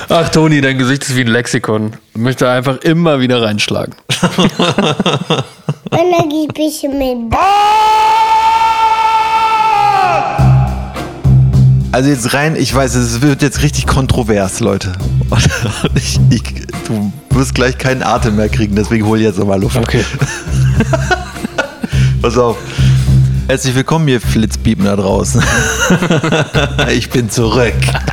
Ach, Toni, dein Gesicht ist wie ein Lexikon. Ich möchte einfach immer wieder reinschlagen. Energie bisschen mit. Also jetzt rein, ich weiß, es wird jetzt richtig kontrovers, Leute. Du wirst gleich keinen Atem mehr kriegen, deswegen hol ich jetzt nochmal Luft. Okay. Pass auf. Herzlich willkommen, ihr Flitzpiepen da draußen. Ich bin zurück.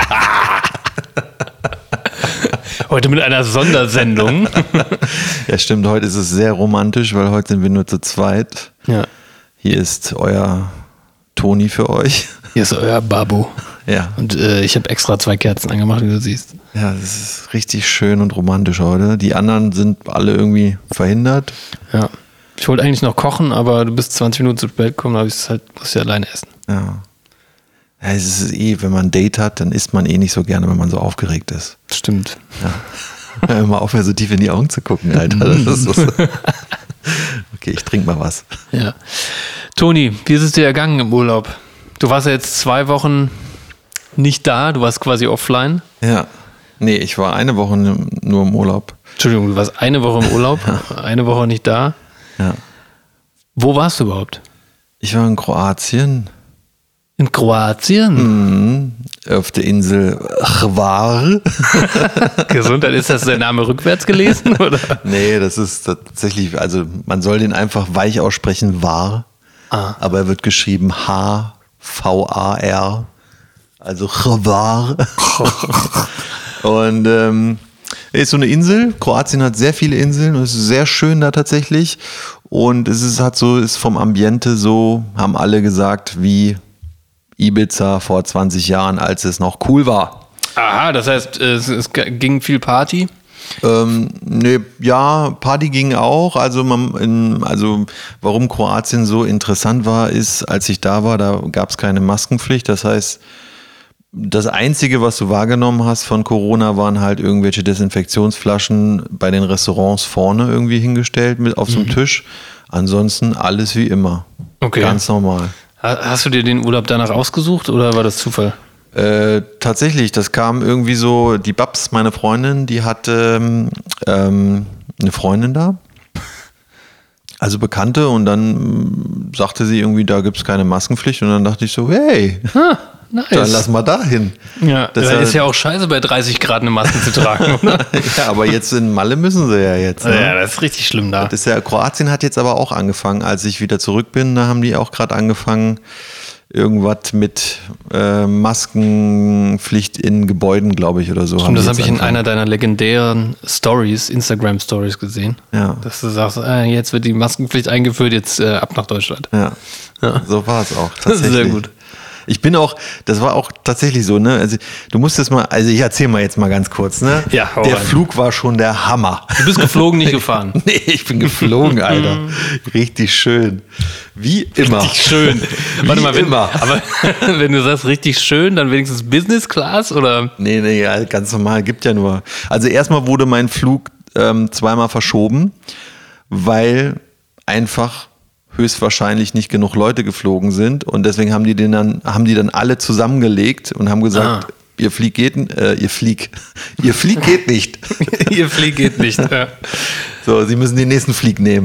Heute mit einer Sondersendung. Ja, stimmt, heute ist es sehr romantisch, weil heute sind wir nur zu zweit. Ja. Hier ist euer Toni für euch. Hier ist euer Babu. Ja. Und ich habe extra 2 Kerzen angemacht, wie du siehst. Ja, das ist richtig schön und romantisch heute. Die anderen sind alle irgendwie verhindert. Ja. Ich wollte eigentlich noch kochen, aber du bist 20 Minuten zu spät gekommen, da muss ich alleine essen. Ja. Ja, es ist wenn man ein Date hat, dann isst man nicht so gerne, wenn man so aufgeregt ist. Stimmt. Ja. Hör mal auf, mir so tief in die Augen zu gucken, Alter. Das ist so. Okay, ich trinke mal was. Ja. Toni, wie ist es dir ergangen im Urlaub? Du warst ja jetzt 2 Wochen nicht da, du warst quasi offline. Ja. Nee, ich war eine Woche nur im Urlaub. Entschuldigung, du warst eine Woche im Urlaub, eine Woche nicht da. Ja. Wo warst du überhaupt? Ich war in Kroatien. In Kroatien? Auf der Insel Hvar. Gesundheit, ist das der Name rückwärts gelesen? Oder? Nee, das ist tatsächlich, also man soll den einfach weich aussprechen, Hvar. Aber er wird geschrieben Hvar, also Hvar. Und ist so eine Insel. Kroatien hat sehr viele Inseln und es ist sehr schön da tatsächlich. Und es ist vom Ambiente so, haben alle gesagt, wie Ibiza vor 20 Jahren, als es noch cool war. Aha, das heißt, es ging viel Party? Nee, ja, Party ging auch. Also warum Kroatien so interessant war, ist, als ich da war, da gab es keine Maskenpflicht. Das heißt, das Einzige, was du wahrgenommen hast von Corona, waren halt irgendwelche Desinfektionsflaschen bei den Restaurants vorne irgendwie hingestellt mit auf so einem Tisch. Ansonsten alles wie immer. Okay. Ganz normal. Hast du dir den Urlaub danach ausgesucht oder war das Zufall? Tatsächlich, das kam irgendwie so, die Babs, meine Freundin, die hatte eine Freundin da, also Bekannte, und dann sagte sie irgendwie, da gibt es keine Maskenpflicht, und dann dachte ich so, hey, nice. Dann lass mal da hin. Ja, das ist ja auch scheiße, bei 30 Grad eine Maske zu tragen, oder? Ja, aber jetzt in Malle müssen sie ja jetzt. Ne? Ja, das ist richtig schlimm da. Das ist ja, Kroatien hat jetzt aber auch angefangen, als ich wieder zurück bin, da haben die auch gerade angefangen, irgendwas mit Maskenpflicht in Gebäuden, glaube ich, oder so. Stimmt, das habe ich in einer deiner legendären Stories, Instagram-Stories gesehen. Ja. Dass du sagst, jetzt wird die Maskenpflicht eingeführt, jetzt ab nach Deutschland. Ja, so war es auch tatsächlich. Sehr gut. Ich bin auch, das war auch tatsächlich so, ne? Also du musstest mal, also ich erzähle mal jetzt mal ganz kurz, ne? Ja, hau der rein. Flug war schon der Hammer. Du bist geflogen, nicht gefahren. Nee, ich bin geflogen, Alter. Richtig schön. Wie immer. Richtig schön. Warte mal, aber wenn du sagst richtig schön, dann wenigstens Business Class oder? Nee, ja, ganz normal, gibt ja nur. Also erstmal wurde mein Flug 2-mal verschoben, weil einfach höchstwahrscheinlich nicht genug Leute geflogen sind, und deswegen haben die dann alle zusammengelegt und haben gesagt, ihr Flieg geht nicht. Ihr Flieg geht nicht. Ja. So, sie müssen den nächsten Flieg nehmen.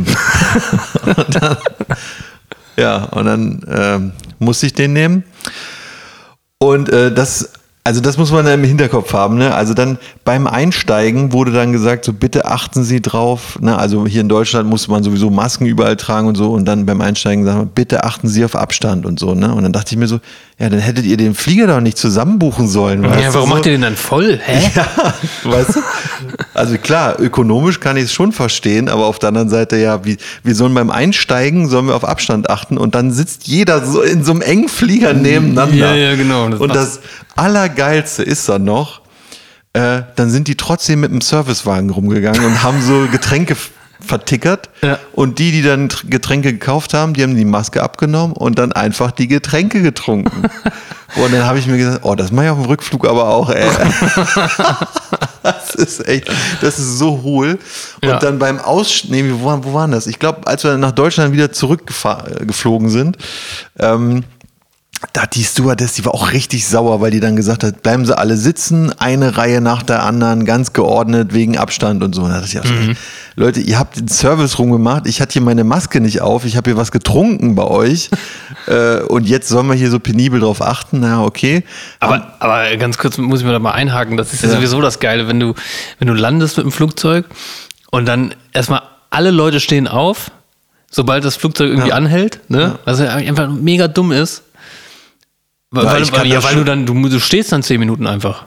und dann musste ich den nehmen. Und das muss man im Hinterkopf haben, ne? Also dann beim Einsteigen wurde dann gesagt, so bitte achten Sie drauf, ne? Also hier in Deutschland musste man sowieso Masken überall tragen und so, und dann beim Einsteigen sagen wir, bitte achten Sie auf Abstand und so, ne? Und dann dachte ich mir so, ja, dann hättet ihr den Flieger doch nicht zusammen buchen sollen. Ja, warum macht ihr den dann voll? Hä? Ja, weißt du? Also klar, ökonomisch kann ich es schon verstehen, aber auf der anderen Seite, ja, wir sollen beim Einsteigen, sollen wir auf Abstand achten, und dann sitzt jeder so in so einem engen Flieger nebeneinander. Ja, genau. Und das Allergeilste ist dann noch, dann sind die trotzdem mit dem Servicewagen rumgegangen und haben so Getränke vertickert. Ja. Und die dann Getränke gekauft haben, die haben die Maske abgenommen und dann einfach die Getränke getrunken. Und dann habe ich mir gesagt, das mache ich auf dem Rückflug aber auch, ey. Das ist so hohl. Und dann beim wo waren das? Ich glaube, als wir nach Deutschland wieder zurückgeflogen sind, Da hat die Stewardess, die war auch richtig sauer, weil die dann gesagt hat, bleiben Sie alle sitzen, eine Reihe nach der anderen, ganz geordnet, wegen Abstand und so. Und da dachte ich auch so, Leute, ihr habt den Service rumgemacht, ich hatte hier meine Maske nicht auf, ich habe hier was getrunken bei euch und jetzt sollen wir hier so penibel drauf achten, na okay. Aber ganz kurz muss ich mir da mal einhaken, das ist ja sowieso das Geile, wenn du landest mit dem Flugzeug und dann erstmal alle Leute stehen auf, sobald das Flugzeug irgendwie anhält, ne? Was ja einfach mega dumm ist. Weil du stehst dann 10 Minuten einfach.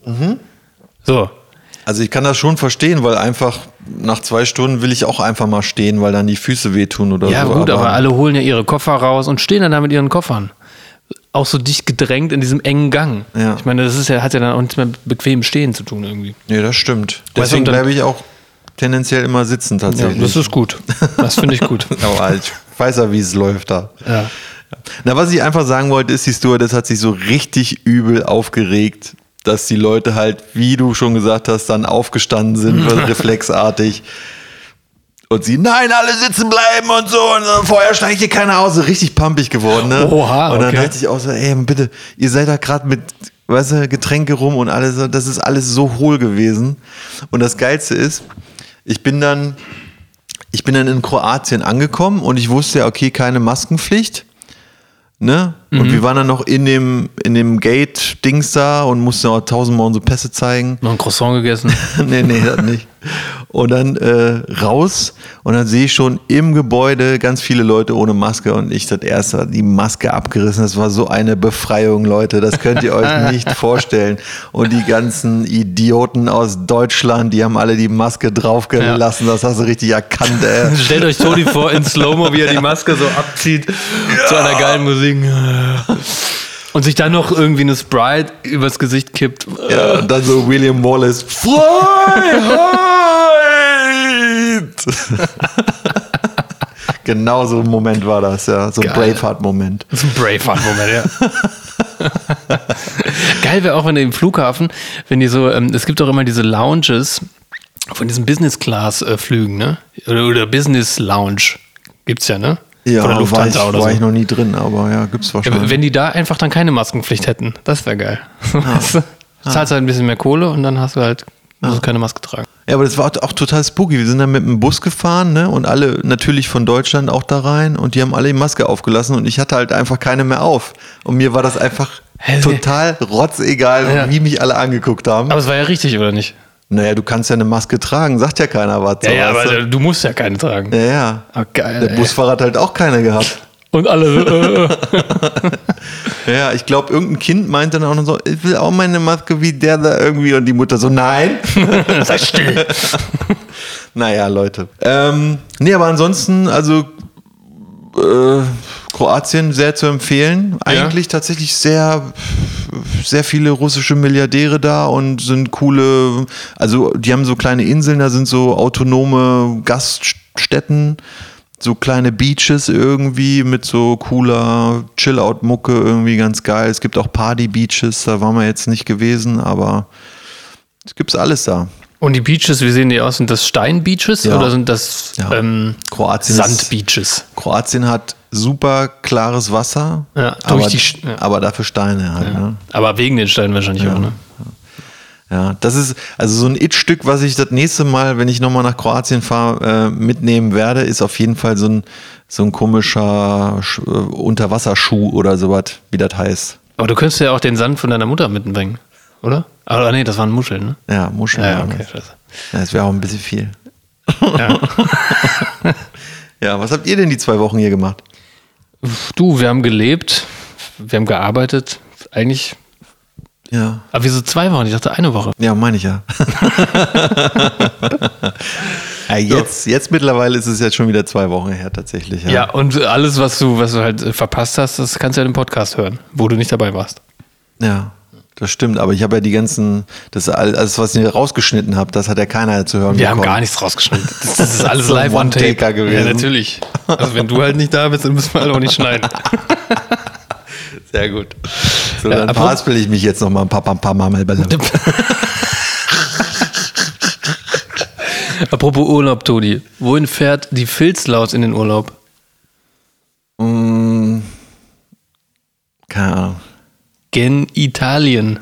So. Also ich kann das schon verstehen, weil einfach nach 2 Stunden will ich auch einfach mal stehen, weil dann die Füße wehtun oder so. Ja gut, aber alle holen ja ihre Koffer raus und stehen dann da mit ihren Koffern. Auch so dicht gedrängt in diesem engen Gang. Ja. Ich meine, das hat ja dann auch nichts mehr mit bequem Stehen zu tun irgendwie. Nee, das stimmt. Deswegen bleibe ich auch tendenziell immer sitzen tatsächlich. Ja, das ist gut. Das finde ich gut. Aber ich weiß ja, wie es läuft da. Ja. Na, was ich einfach sagen wollte, ist, die Stewardess hat sich so richtig übel aufgeregt, dass die Leute halt, wie du schon gesagt hast, dann aufgestanden sind, reflexartig. Und sie, nein, alle sitzen bleiben und so. Und vorher steigt hier keiner aus. So richtig pumpig geworden. Ne? Oha, okay. Und dann dachte ich auch so, ey, bitte, ihr seid da gerade mit, weißt du, Getränke rum und alles. Das ist alles so hohl gewesen. Und das Geilste ist, ich bin dann in Kroatien angekommen und ich wusste ja, okay, keine Maskenpflicht. Ne? Und wir waren dann noch in dem Gate-Dings da und mussten auch 1000-mal unsere Pässe zeigen. Noch ein Croissant gegessen? nee, das nicht. Und dann raus und dann sehe ich schon im Gebäude ganz viele Leute ohne Maske und ich das erste die Maske abgerissen. Das war so eine Befreiung, Leute. Das könnt ihr euch nicht vorstellen. Und die ganzen Idioten aus Deutschland, die haben alle die Maske draufgelassen. Das hast du richtig erkannt, ey. Stellt euch Toni vor in Slow-Mo, wie er die Maske so abzieht zu einer geilen Musik. Und sich dann noch irgendwie eine Sprite übers Gesicht kippt. Ja, und dann so William Wallace. Freiheit! Genau so ein Moment war das, ja. So ein Braveheart-Moment. So ein Braveheart-Moment, ja. Geil wäre auch, wenn du im Flughafen, wenn die so, es gibt doch immer diese Lounges von diesen Business-Class-Flügen, ne? Oder Business-Lounge. Gibt's ja, ne? Ja, war ich noch nie drin, aber ja, gibt's wahrscheinlich. Wenn die da einfach dann keine Maskenpflicht hätten, das wäre geil. Ja. Du zahlst halt ein bisschen mehr Kohle und dann musst du keine Maske tragen. Ja, aber das war auch total spooky. Wir sind dann mit dem Bus gefahren, ne? Und alle natürlich von Deutschland auch da rein und die haben alle die Maske aufgelassen und ich hatte halt einfach keine mehr auf. Und mir war das einfach total rotzegal, wie mich alle angeguckt haben. Aber es war ja richtig, oder nicht? Naja, du kannst ja eine Maske tragen, sagt ja keiner was. Ja, aber du musst ja keine tragen. Ja. Oh, geil. Der Busfahrer hat halt auch keine gehabt. Und alle Ja, ich glaube, irgendein Kind meint dann auch noch so, ich will auch meine Maske wie der da irgendwie. Und die Mutter so, nein. Sei still. Naja, Leute. Nee, aber ansonsten, also Kroatien sehr zu empfehlen. Eigentlich tatsächlich sehr, sehr viele russische Milliardäre da und sind coole, also die haben so kleine Inseln, da sind so autonome Gaststätten, so kleine Beaches irgendwie mit so cooler Chill-Out-Mucke, irgendwie ganz geil. Es gibt auch Party-Beaches, da waren wir jetzt nicht gewesen, aber es gibt's alles da. Und die Beaches, wie sehen die aus? Sind das Steinbeaches oder sind das Sandbeaches? Kroatien hat super klares Wasser, aber dafür Steine halt. Ja. Ne? Aber wegen den Steinen wahrscheinlich auch, ne? Ja, das ist also so ein It-Stück, was ich das nächste Mal, wenn ich nochmal nach Kroatien fahre, mitnehmen werde, ist auf jeden Fall so ein komischer Unterwasserschuh oder sowas, wie das heißt. Aber du könntest ja auch den Sand von deiner Mutter mitbringen, oder? Aber nee, das waren Muscheln, ne? Ja, Muscheln. Ja, okay, scheiße. Ja, das wäre auch ein bisschen viel. Ja. Ja, was habt ihr denn die 2 Wochen hier gemacht? Du, wir haben gelebt, wir haben gearbeitet, eigentlich. Ja. Aber wieso 2 Wochen? Ich dachte 1 Woche. Ja, meine ich ja. Ja, jetzt mittlerweile ist es jetzt schon wieder 2 Wochen her tatsächlich. Ja, und alles, was du halt verpasst hast, das kannst du ja im Podcast hören, wo du nicht dabei warst. Ja. Das stimmt, aber ich habe ja das alles, was ich rausgeschnitten habe, das hat ja keiner zu hören bekommen. Wir haben gar nichts rausgeschnitten. Das ist alles live on tape gewesen. Ja, natürlich. Also wenn du halt nicht da bist, dann müssen wir halt auch nicht schneiden. Sehr gut. So, dann verhaspel ich mich jetzt noch mal ein paar Mal. Apropos Urlaub, Toni. Wohin fährt die Filzlaus in den Urlaub? Keine Ahnung. Genitalien.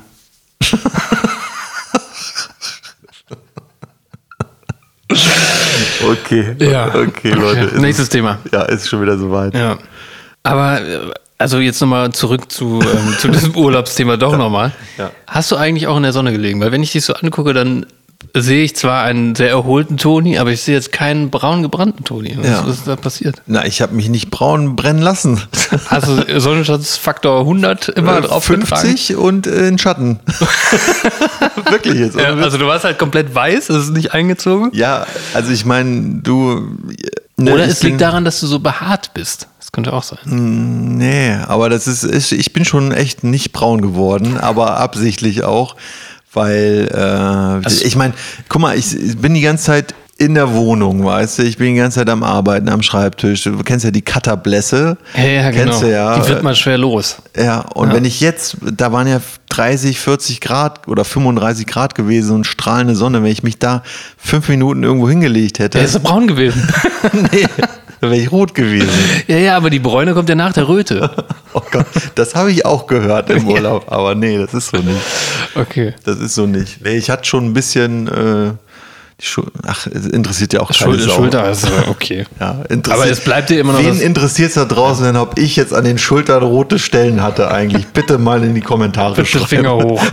Okay. Ja. Okay, Leute. Okay. Nächstes Thema. Ja, ist schon wieder soweit. Ja. Aber, also jetzt nochmal zurück zu diesem Urlaubsthema doch nochmal. Ja. Hast du eigentlich auch in der Sonne gelegen? Weil wenn ich dich so angucke, dann sehe ich zwar einen sehr erholten Toni, aber ich sehe jetzt keinen braun gebrannten Toni. Was ist da passiert? Na, ich habe mich nicht braun brennen lassen. Hast du Sonnenschutzfaktor 100 immer drauf 50 getragen? Und in Schatten. Wirklich jetzt. Ja, also du warst halt komplett weiß, das ist nicht eingezogen? Ja, also ich meine, du... Ne, oder es liegt daran, dass du so behaart bist. Das könnte auch sein. Nee, aber das ist ich bin schon echt nicht braun geworden, aber absichtlich auch. Weil, ich meine, guck mal, ich bin die ganze Zeit in der Wohnung, weißt du, ich bin die ganze Zeit am Arbeiten, am Schreibtisch. Du kennst ja die Cutterblässe. Ja, genau. Kennst du ja. Die wird mal schwer los. Ja, und wenn ich jetzt, da waren ja 30, 40 Grad oder 35 Grad gewesen und strahlende Sonne, wenn ich mich da 5 Minuten irgendwo hingelegt hätte. Der ist so braun gewesen. Nee, da wäre ich rot gewesen. Ja, aber die Bräune kommt ja nach der Röte. Oh Gott, das habe ich auch gehört im Urlaub, aber nee, das ist so nicht. Okay. Das ist so nicht. Nee, ich hatte schon ein bisschen, interessiert ja auch keine Sau. Schulter ist okay. Ja, aber es bleibt dir immer noch. Wen interessiert es da draußen denn, ob ich jetzt an den Schultern rote Stellen hatte eigentlich? Bitte mal in die Kommentare bitte schreiben. Finger hoch.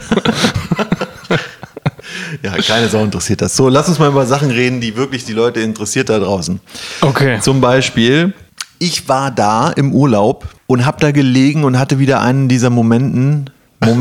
Ja, keine Sau interessiert das. So, lass uns mal über Sachen reden, die wirklich die Leute interessiert da draußen. Okay. Zum Beispiel, ich war da im Urlaub und habe da gelegen und hatte wieder einen dieser Momenten,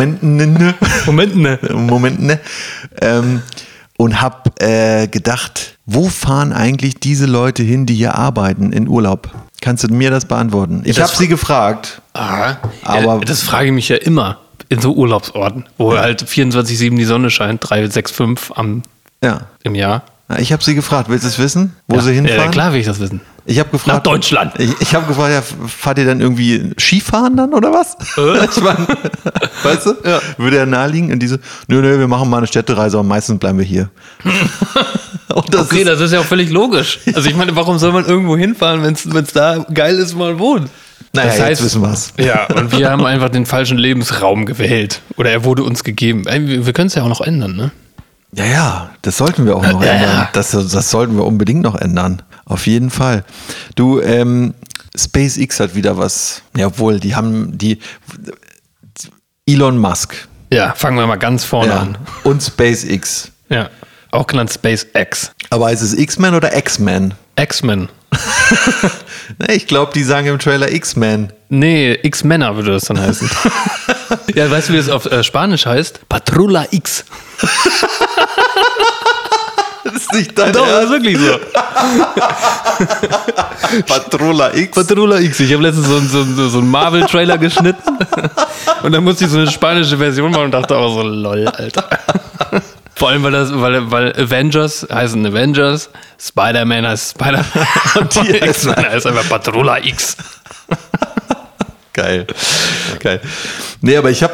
und habe gedacht, wo fahren eigentlich diese Leute hin, die hier arbeiten in Urlaub? Kannst du mir das beantworten? Ich habe sie gefragt. Aber das frage ich mich ja immer in so Urlaubsorten, wo halt 24/7 die Sonne scheint, 365 im Jahr. Na, ich habe sie gefragt, willst du es wissen, wo sie hinfahren? Ja, klar will ich das wissen. Ich habe gefragt. Nach Deutschland. Ich habe gefragt, ja, fahrt ihr dann irgendwie Skifahren dann oder was? Ich mein, weißt du? Ja. Würde er naheliegen? Und diese, nö, wir machen mal eine Städtereise, aber meistens bleiben wir hier. Und das ist ja auch völlig logisch. Also ich meine, warum soll man irgendwo hinfahren, wenn es da geil ist, mal wohnen? Naja, das heißt, jetzt wissen wir es. Ja, und wir haben einfach den falschen Lebensraum gewählt. Oder er wurde uns gegeben. Wir können es ja auch noch ändern, ne? Ja, das sollten wir auch noch ändern. Das sollten wir unbedingt noch ändern. Auf jeden Fall. Du, SpaceX hat wieder was. Ja, obwohl, die haben Elon Musk. Ja, fangen wir mal ganz vorne an. Und SpaceX. Ja, auch genannt SpaceX. Aber ist es X-Men oder X-Men? X-Men. Nee, ich glaube, die sagen im Trailer X-Men. Nee, X-Männer würde das dann heißen. Ja, weißt du, wie das auf Spanisch heißt? Patrulla X. Das ist nicht dein Doch, Ernst? das ist wirklich so. Patrulla X. Patrulla X. Ich habe letztens so einen Marvel-Trailer geschnitten und dann musste ich so eine spanische Version machen und dachte auch so, lol, Alter. Vor allem, weil Avengers heißen Avengers, Spider-Man heißt Spider-Man und die X-Men heißt einfach Patrulla X. Geil. Nee, aber ich habe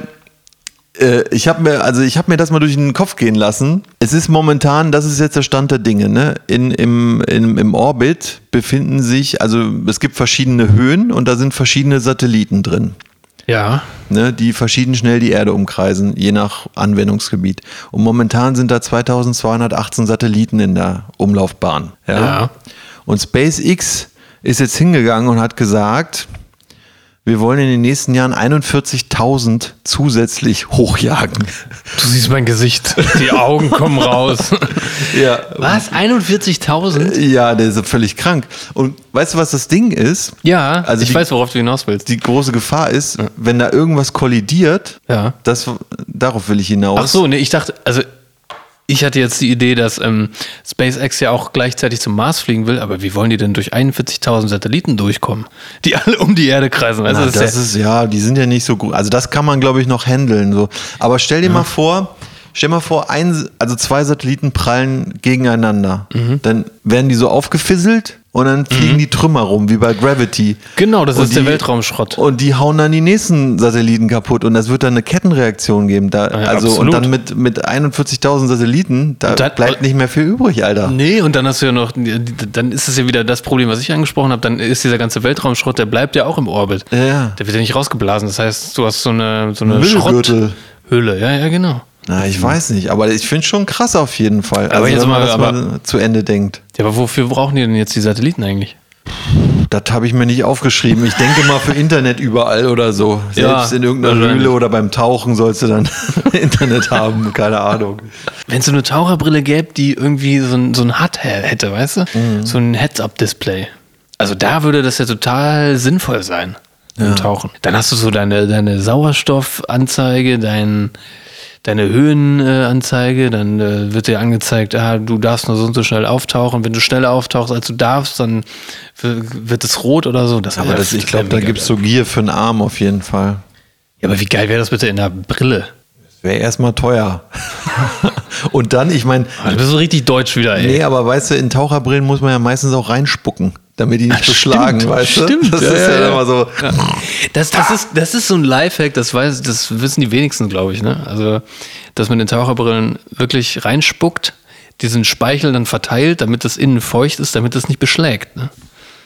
mir das mal durch den Kopf gehen lassen. Es ist momentan, das ist jetzt der Stand der Dinge, ne? Im Orbit befinden sich, also es gibt verschiedene Höhen und da sind verschiedene Satelliten drin. Ja. Ne, die verschieden schnell die Erde umkreisen, je nach Anwendungsgebiet. Und momentan sind da 2218 Satelliten in der Umlaufbahn. Ja. Und SpaceX ist jetzt hingegangen und hat gesagt, wir wollen in den nächsten Jahren 41.000 zusätzlich hochjagen. Du siehst mein Gesicht, die Augen kommen raus. Ja. Was? 41.000? Ja, der ist völlig krank. Und weißt du, was das Ding ist? Ja, also ich weiß, worauf du hinaus willst. Die große Gefahr ist, wenn da irgendwas kollidiert, darauf will ich hinaus. Ach so, nee, ich dachte, also ich hatte jetzt die Idee, dass SpaceX ja auch gleichzeitig zum Mars fliegen will, aber wie wollen die denn durch 41.000 Satelliten durchkommen, die alle um die Erde kreisen? Also die sind ja nicht so gut. Also das kann man, glaube ich, noch handeln. So. Aber stell dir mal vor, zwei Satelliten prallen gegeneinander. Dann werden die so aufgefisselt und dann fliegen die Trümmer rum, wie bei Gravity. Genau, das ist der Weltraumschrott. Und die hauen dann die nächsten Satelliten kaputt und das wird dann eine Kettenreaktion geben. Und dann mit 41.000 Satelliten, bleibt nicht mehr viel übrig, Alter. Nee, und dann hast du ja noch, dann ist es ja wieder das Problem, was ich angesprochen habe, dann ist dieser ganze Weltraumschrott, der bleibt ja auch im Orbit. Ja. Der wird ja nicht rausgeblasen. Das heißt, du hast so eine Schrotthülle. Ja, genau. Na, ich weiß nicht, aber ich finde es schon krass auf jeden Fall. Aber jetzt wenn man das mal zu Ende denkt. Ja, aber wofür brauchen die denn jetzt die Satelliten eigentlich? Das habe ich mir nicht aufgeschrieben. Ich denke mal für Internet überall oder so. Selbst in irgendeiner Höhle oder beim Tauchen sollst du dann Internet haben. Keine Ahnung. Wenn es so eine Taucherbrille gäbe, die irgendwie so ein HUD hätte, weißt du? So ein Heads-Up-Display. Also da würde das ja total sinnvoll sein im Tauchen. Dann hast du so deine Sauerstoffanzeige, deine Höhenanzeige, dann wird dir angezeigt, du darfst nur so und so schnell auftauchen. Wenn du schneller auftauchst, als du darfst, dann wird es rot oder so. Ich glaube, da gibt es so Gier für den Arm auf jeden Fall. Ja, aber wie geil wäre das bitte in der Brille? Wäre erstmal teuer. Und dann, ich meine... Du bist so richtig deutsch wieder, ey. Nee, aber weißt du, in Taucherbrillen muss man ja meistens auch reinspucken, damit die nicht beschlagen, weißt du? Stimmt. Das ist ja immer so... Ja. Das ist so ein Lifehack, das wissen die wenigsten, glaube ich, ne? Also, dass man in Taucherbrillen wirklich reinspuckt, diesen Speichel dann verteilt, damit das innen feucht ist, damit das nicht beschlägt, ne?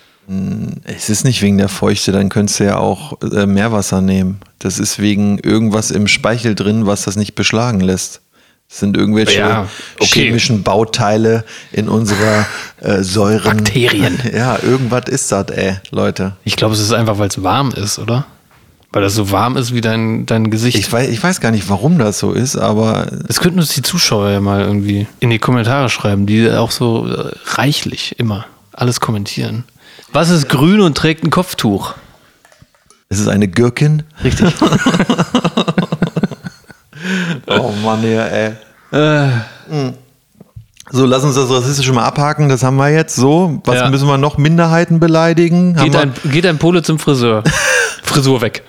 Es ist nicht wegen der Feuchte, dann könntest du ja auch Meerwasser nehmen. Das ist wegen irgendwas im Speichel drin, was das nicht beschlagen lässt. Das sind irgendwelche chemischen Bauteile in unserer Säuren. Bakterien. Ja, irgendwas ist das, Leute. Ich glaube, es ist einfach, weil es warm ist, oder? Weil das so warm ist wie dein Gesicht. Ich weiß gar nicht, warum das so ist, aber... Das könnten uns die Zuschauer ja mal irgendwie in die Kommentare schreiben, die auch so reichlich immer alles kommentieren. Was ist grün und trägt ein Kopftuch? Es ist eine Gürkin. Richtig. Oh Mann, ey. So, lass uns das Rassistische mal abhaken. Das haben wir jetzt so. Was müssen wir noch? Minderheiten beleidigen? Geht ein Pole zum Friseur. Frisur weg.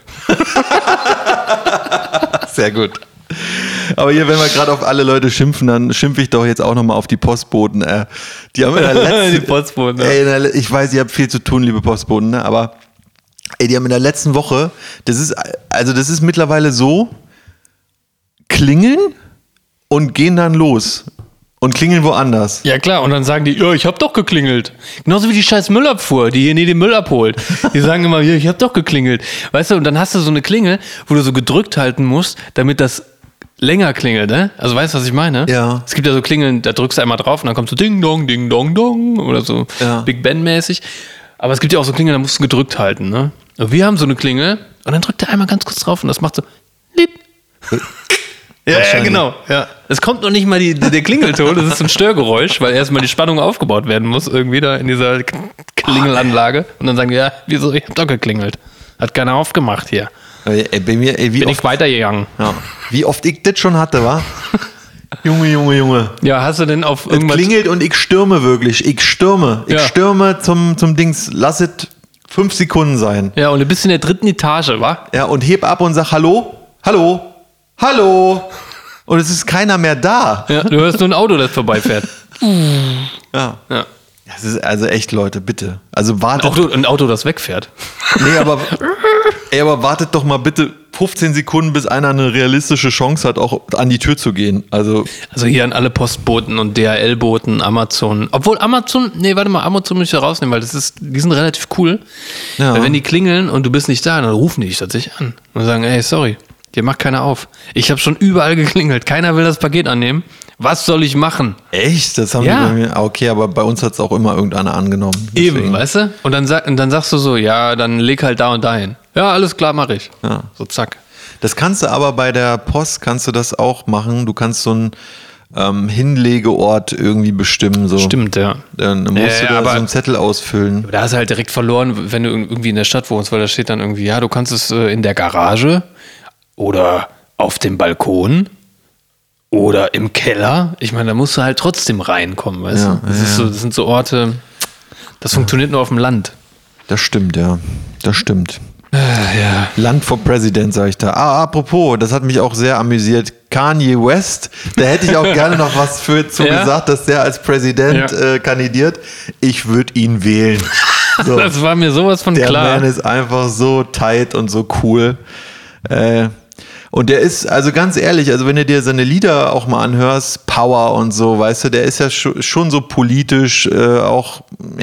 Sehr gut. Aber hier, wenn wir gerade auf alle Leute schimpfen, dann schimpfe ich doch jetzt auch nochmal auf die Postboten. Die haben in der letzten... Die Postboten, ich weiß, ihr habt viel zu tun, liebe Postboten, ne? Aber die haben in der letzten Woche, das ist mittlerweile so, klingeln und gehen dann los. Und klingeln woanders. Ja klar, und dann sagen die, ja, ich hab doch geklingelt. Genauso wie die scheiß Müllabfuhr, die hier nie den Müll abholt. Die sagen immer, ja, ich hab doch geklingelt. Weißt du, und dann hast du so eine Klingel, wo du so gedrückt halten musst, damit das länger klingelt, ne? Also weißt du, was ich meine? Ja. Es gibt ja so Klingeln, da drückst du einmal drauf und dann kommt so Ding Dong, Ding Dong Dong oder so Big Ben-mäßig. Aber es gibt ja auch so Klingeln, da musst du gedrückt halten, ne? Und wir haben so eine Klingel und dann drückt er einmal ganz kurz drauf und das macht so Lied. Ja, genau. Ja. Es kommt noch nicht mal der Klingelton, das ist so ein Störgeräusch, weil erstmal die Spannung aufgebaut werden muss, irgendwie da in dieser Klingelanlage. Und dann sagen die, ja, wieso, ich hab doch geklingelt. Hat keiner aufgemacht hier. Bei mir, wie bin oft, ich weitergegangen. Ja. Wie oft ich das schon hatte, wa? Junge. Ja, hast du denn auf irgendwas... Es klingelt und ich stürme wirklich. Ich stürme zum Dings. Lass es 5 Sekunden sein. Ja, und du bist in der 3. Etage, wa? Ja, und heb ab und sag Hallo. Und es ist keiner mehr da. Ja, du hörst nur ein Auto, das vorbeifährt. Ja. Das ist also echt, Leute, bitte. Also wartet. Ein Auto, das wegfährt. Nee, aber wartet doch mal bitte 15 Sekunden, bis einer eine realistische Chance hat, auch an die Tür zu gehen. Also hier an alle Postboten und DHL-Boten, Amazon. Obwohl Amazon muss ich da rausnehmen, weil die sind relativ cool. Ja. Weil wenn die klingeln und du bist nicht da, dann rufen die dich tatsächlich an und sagen, ey, sorry, dir macht keiner auf. Ich habe schon überall geklingelt, keiner will das Paket annehmen. Was soll ich machen? Echt? Das haben die bei mir. Okay, aber bei uns hat es auch immer irgendeiner angenommen. Deswegen. Eben, weißt du? Und dann sagst du so, ja, dann leg halt da und dahin. Ja, alles klar, mache ich. Ja. So zack. Das kannst du aber bei der Post das auch machen. Du kannst so einen Hinlegeort irgendwie bestimmen. So. Stimmt, ja. Dann musst du da so einen Zettel ausfüllen. Da hast du halt direkt verloren, wenn du irgendwie in der Stadt wohnst, weil da steht dann irgendwie, ja, du kannst es in der Garage oder auf dem Balkon. Oder im Keller. Ich meine, da musst du halt trotzdem reinkommen, weißt du? Das sind so Orte, das funktioniert nur auf dem Land. Das stimmt, ja. Das stimmt. Ja. Land for President, sag ich da. Apropos, das hat mich auch sehr amüsiert. Kanye West, da hätte ich auch gerne noch was zu gesagt, dass der als Präsident kandidiert. Ich würde ihn wählen. So. Das war mir sowas von klar. Der Man ist einfach so tight und so cool. Und der ist, also ganz ehrlich, also wenn du dir seine Lieder auch mal anhörst, Power und so, weißt du, der ist ja schon so politisch auch,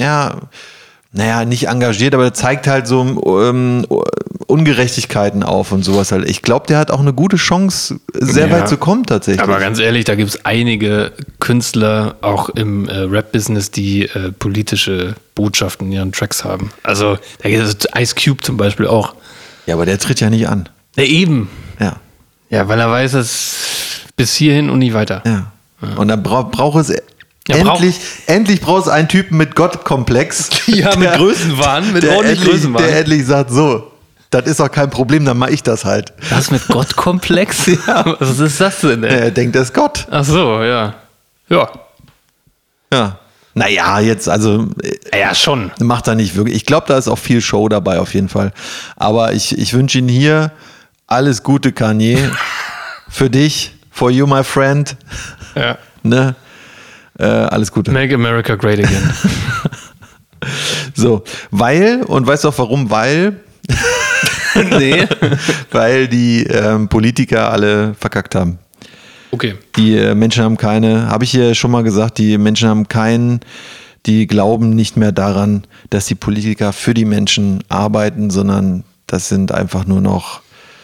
nicht engagiert, aber der zeigt halt so Ungerechtigkeiten auf und sowas halt. Ich glaube, der hat auch eine gute Chance, sehr weit zu kommen tatsächlich. Aber ganz ehrlich, da gibt es einige Künstler, auch im Rap-Business, die politische Botschaften in ihren Tracks haben. Also da gibt es Ice Cube zum Beispiel auch. Ja, aber der tritt ja nicht an. Ja, eben. Ja. Ja, weil er weiß, dass bis hierhin und nicht weiter. Ja. Und dann braucht es endlich brauchst du einen Typen mit Gottkomplex. Ja, mit Größenwahn, mit ordentlich Größenwahn. Der endlich sagt, so, das ist doch kein Problem, dann mache ich das halt. Was mit Gottkomplex? Ja. Was ist das denn? Er denkt, er ist Gott. Ach so, ja. Ja. Naja, jetzt, also. Ja, schon. Macht er nicht wirklich. Ich glaube, da ist auch viel Show dabei, auf jeden Fall. Aber ich wünsche Ihnen hier alles Gute, Kanye. Für dich, for you, my friend. Ja. Ne? Alles Gute. Make America great again. So, und weißt du auch warum? Weil die Politiker alle verkackt haben. Okay. Die Menschen haben habe ich hier schon mal gesagt, die Menschen haben die glauben nicht mehr daran, dass die Politiker für die Menschen arbeiten, sondern das sind einfach nur noch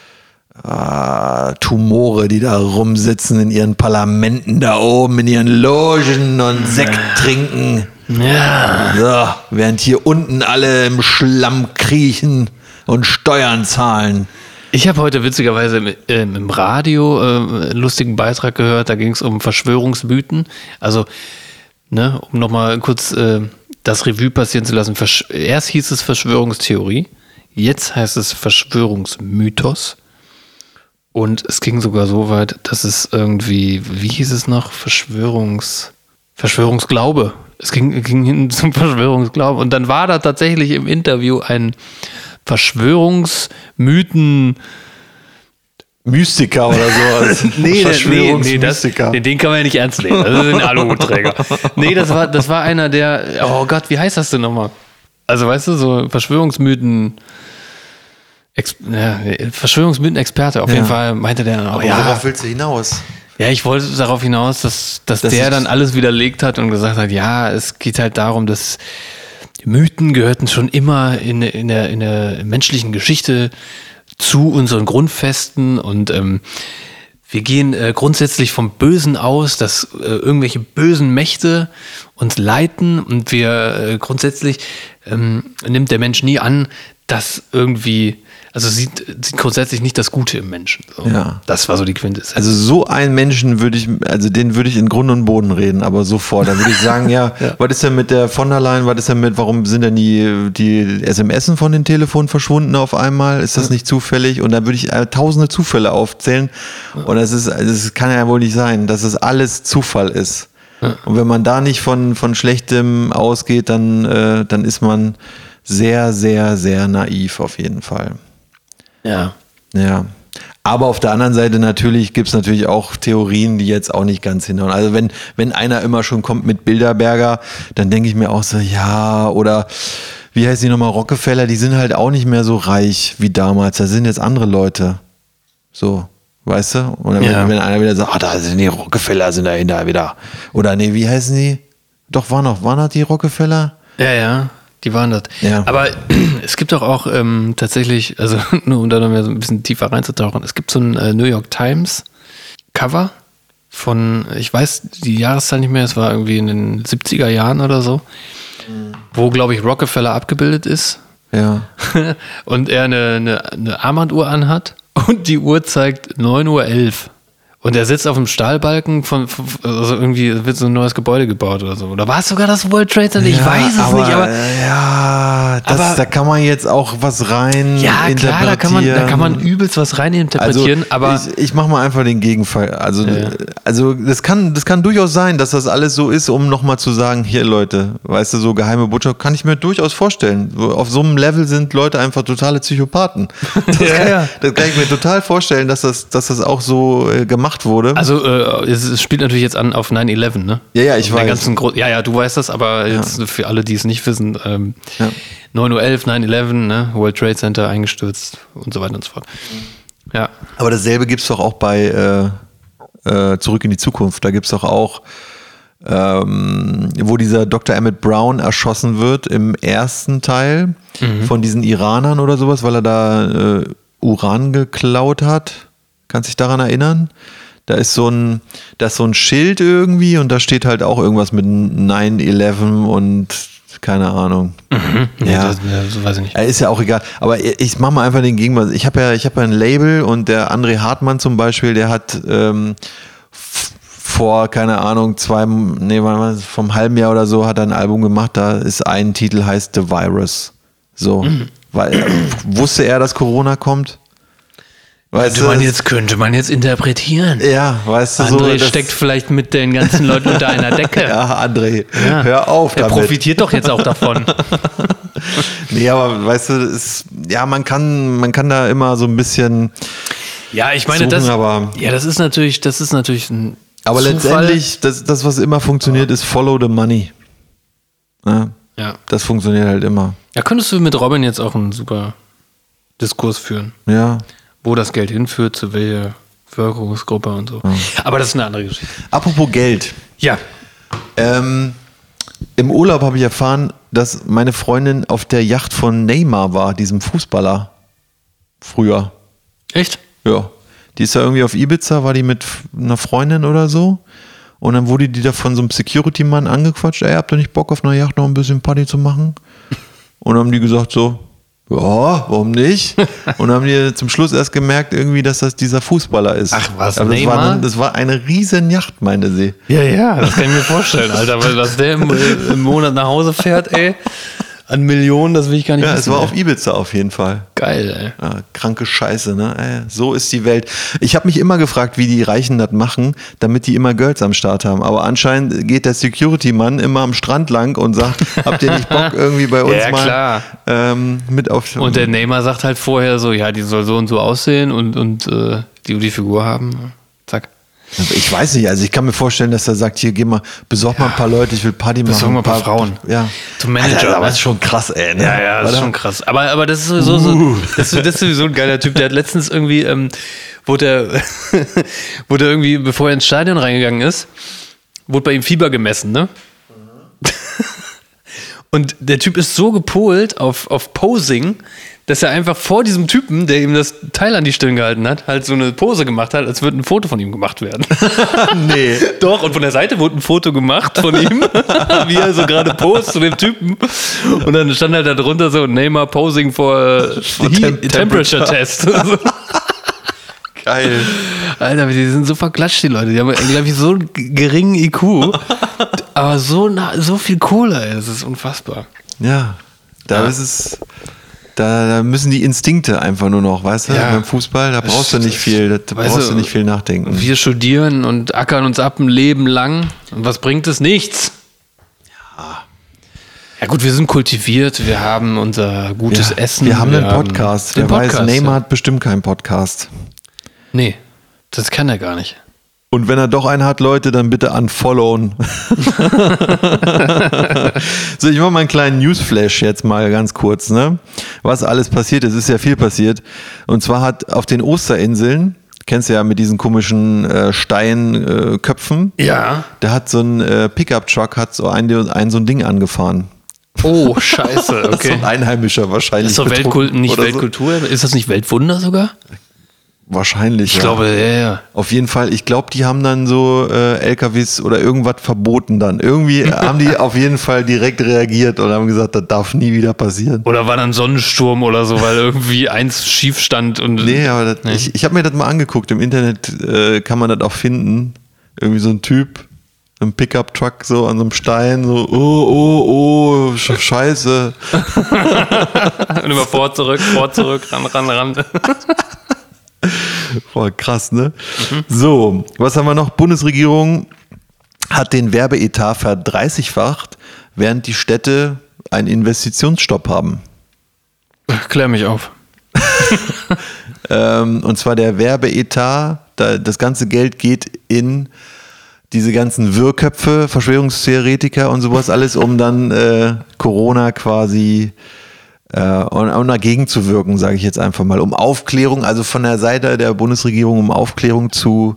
Tumore, die da rumsitzen in ihren Parlamenten da oben, in ihren Logen und Sekt trinken. Ja. So, während hier unten alle im Schlamm kriechen und Steuern zahlen. Ich habe heute witzigerweise im Radio einen lustigen Beitrag gehört, da ging es um Verschwörungsmythen. Also, um nochmal kurz das Revue passieren zu lassen. Erst hieß es Verschwörungstheorie, jetzt heißt es Verschwörungsmythos. Und es ging sogar so weit, dass es irgendwie, wie hieß es noch? Verschwörungsglaube. Es ging hin zum Verschwörungsglaube. Und dann war da tatsächlich im Interview ein Verschwörungsmythen Mystiker oder sowas. Nee, den kann man ja nicht ernst nehmen. Das ist ein Aluhutträger. Nee, das war einer der, oh Gott, wie heißt das denn nochmal? Also weißt du, so Verschwörungsmythen Verschwörungsmythen-Experte. Auf jeden Fall meinte der dann auch, worauf willst du hinaus? Ja, ich wollte darauf hinaus, dass der dann alles widerlegt hat und gesagt hat, ja, es geht halt darum, dass Mythen gehörten schon immer in der menschlichen Geschichte zu unseren Grundfesten und wir gehen grundsätzlich vom Bösen aus, dass irgendwelche bösen Mächte uns leiten und wir grundsätzlich nimmt der Mensch nie an, dass irgendwie, also sieht grundsätzlich nicht das Gute im Menschen. So. Ja. Das war so die Quintessenz. Also so einen Menschen den würde ich in Grund und Boden reden, aber sofort. Da würde ich sagen, ja. Was ist denn mit der von der Leyen, warum sind denn die SMSen von den Telefonen verschwunden auf einmal? Ist das nicht zufällig? Und dann würde ich tausende Zufälle aufzählen. Und das kann ja wohl nicht sein, dass es alles Zufall ist. Ja. Und wenn man da nicht von Schlechtem ausgeht, dann ist man sehr, sehr, sehr naiv auf jeden Fall. Ja. Ja. Aber auf der anderen Seite gibt es natürlich auch Theorien, die jetzt auch nicht ganz hinhauen. Also wenn einer immer schon kommt mit Bilderberger, dann denke ich mir auch so, ja, oder wie heißt die nochmal, Rockefeller, die sind halt auch nicht mehr so reich wie damals. Da sind jetzt andere Leute. So, weißt du? Und dann, wenn einer wieder sagt, da sind die Rockefeller, sind da wieder. Oder nee, wie heißen die? Doch, waren noch die Rockefeller? Ja. Die waren das. Ja. Aber es gibt doch auch tatsächlich, also nur um da noch mehr so ein bisschen tiefer reinzutauchen, es gibt so ein New York Times Cover von, ich weiß die Jahreszahl nicht mehr, es war irgendwie in den 70er Jahren oder so, wo, glaube ich, Rockefeller abgebildet ist. Ja. Und er eine Armbanduhr anhat und die Uhr zeigt 9:11 Uhr. Und er sitzt auf dem Stahlbalken also irgendwie wird so ein neues Gebäude gebaut oder so. Oder war es sogar das World Trade Center? Ich weiß es nicht, aber. Ja, Ja, da kann man jetzt auch was rein interpretieren. Ja, klar, da kann man übelst was rein interpretieren, also, aber... Ich mache mal einfach den Gegenfall. Also das kann durchaus sein, dass das alles so ist, um nochmal zu sagen, hier Leute, weißt du, so geheime Botschaft kann ich mir durchaus vorstellen. Auf so einem Level sind Leute einfach totale Psychopathen. Das kann ich mir total vorstellen, dass das auch so gemacht wurde. Also es spielt natürlich jetzt an auf 9/11, ne? Ja, ich weiß. Du weißt das, aber jetzt für alle, die es nicht wissen, 9:11 Uhr, 9/11, ne? World Trade Center eingestürzt und so weiter und so fort. Ja. Aber dasselbe gibt es doch auch bei Zurück in die Zukunft. Da gibt es doch auch, wo dieser Dr. Emmett Brown erschossen wird im ersten Teil von diesen Iranern oder sowas, weil er da Uran geklaut hat. Kannst dich daran erinnern? Da ist so ein Schild irgendwie und da steht halt auch irgendwas mit 9/11 und keine Ahnung. Ja, das weiß ich nicht. Ist ja auch egal. Aber ich mache mal einfach den Gegenwart. Ich habe ja ein Label und der André Hartmann zum Beispiel, der hat vor, keine Ahnung, vom halben Jahr oder so hat er ein Album gemacht, da ist ein Titel, heißt The Virus. So. Weil, wusste er, dass Corona kommt? Könnte man jetzt interpretieren. Ja, weißt du, André steckt vielleicht mit den ganzen Leuten unter einer Decke. Ja, André, hör auf damit. Er profitiert doch jetzt auch davon. Nee, aber weißt du, man kann da immer so ein bisschen ich meine, suchen, das ist natürlich ein aber Zufall. Letztendlich, das, was immer funktioniert, ist follow the money. Ja. Das funktioniert halt immer. Ja, könntest du mit Robin jetzt auch einen super Diskurs führen. Ja. Wo das Geld hinführt, zu welcher Bevölkerungsgruppe und so. Ja. Aber das ist eine andere Geschichte. Apropos Geld. Ja. Im Urlaub habe ich erfahren, dass meine Freundin auf der Yacht von Neymar war, diesem Fußballer. Früher. Echt? Ja. Die ist da irgendwie auf Ibiza, war die mit einer Freundin oder so. Und dann wurde die da von so einem Security-Mann angequatscht. Ey, habt ihr nicht Bock auf einer Yacht noch ein bisschen Party zu machen? Und dann haben die gesagt so, ja, warum nicht? Und dann haben die zum Schluss erst gemerkt irgendwie, dass das dieser Fußballer ist. Ach was, aber Neymar? Das war eine riesen Yacht, meinte sie. Ja, das kann ich mir vorstellen, Alter. Weil was der im Monat nach Hause fährt, ey, an Millionen, das will ich gar nicht wissen. Ja, es war auf Ibiza auf jeden Fall. Geil, ey. Ja, kranke Scheiße, ne? So ist die Welt. Ich habe mich immer gefragt, wie die Reichen das machen, damit die immer Girls am Start haben. Aber anscheinend geht der Security-Mann immer am Strand lang und sagt, habt ihr nicht Bock irgendwie bei uns mal mit auf... Und der Neymar sagt halt vorher so, ja, die soll so und so aussehen und die Figur haben. Zack. Ich weiß nicht, also ich kann mir vorstellen, dass er sagt, hier, besorg mal ein paar Leute, ich will Party machen. Besorg mal ein paar Frauen. Ja. Zum Manager. Alter, aber das ist schon krass, ey. Ne? Ja, das ist schon krass. Aber das ist sowieso das ist sowieso ein geiler Typ. Der hat letztens irgendwie, wurde irgendwie, bevor er ins Stadion reingegangen ist, wurde bei ihm Fieber gemessen, ne? Und der Typ ist so gepolt auf Posing, dass er einfach vor diesem Typen, der ihm das Teil an die Stirn gehalten hat, halt so eine Pose gemacht hat, als würde ein Foto von ihm gemacht werden. Nee. Doch, und von der Seite wurde ein Foto gemacht von ihm, wie er so gerade post zu dem Typen. Und dann stand halt da drunter so, Neymar posing for temperature test. Geil. Alter, die sind so verklatscht, die Leute. Die haben, glaube ich, so einen geringen IQ, aber so viel Kohle, ey. Das ist unfassbar. Ja, da müssen die Instinkte einfach nur noch, weißt du? Beim Fußball, da brauchst du nicht viel, nachdenken. Wir studieren und ackern uns ab ein Leben lang. Und was bringt es? Nichts. Ja gut, wir sind kultiviert, wir haben unser gutes Essen. Wir haben einen Podcast. Wer weiß, Neymar hat bestimmt keinen Podcast. Nee, das kann er gar nicht. Und wenn er doch einen hat, Leute, dann bitte unfollowen. So, ich mache mal einen kleinen Newsflash jetzt mal ganz kurz, ne? Was alles passiert ist, ist ja viel passiert. Und zwar hat auf den Osterinseln, kennst du ja mit diesen komischen Steinköpfen, ja. Da hat so ein Pickup-Truck so ein Ding angefahren. Oh, scheiße, okay. So ein Einheimischer wahrscheinlich. Ist doch Weltkultur? So. Ist das nicht Weltwunder sogar? Wahrscheinlich, Ich glaube, ja. Auf jeden Fall. Ich glaube, die haben dann so LKWs oder irgendwas verboten dann. Irgendwie haben die auf jeden Fall direkt reagiert und haben gesagt, das darf nie wieder passieren. Oder war dann Sonnensturm oder so, weil irgendwie eins schief stand. Und nee, aber ich habe mir das mal angeguckt. Im Internet kann man das auch finden. Irgendwie so ein Typ. einem Pickup-Truck so an so einem Stein, so, oh, scheiße. Und immer vor, zurück, ran. Boah, krass, ne? So, was haben wir noch? Bundesregierung hat den Werbeetat verdreißigfacht, während die Städte einen Investitionsstopp haben. Klär mich auf. Und zwar der Werbeetat, das ganze Geld geht in diese ganzen Wirrköpfe, Verschwörungstheoretiker und sowas alles, um dann Corona quasi und dagegen zu wirken, sage ich jetzt einfach mal, um Aufklärung, also von der Seite der Bundesregierung, um Aufklärung zu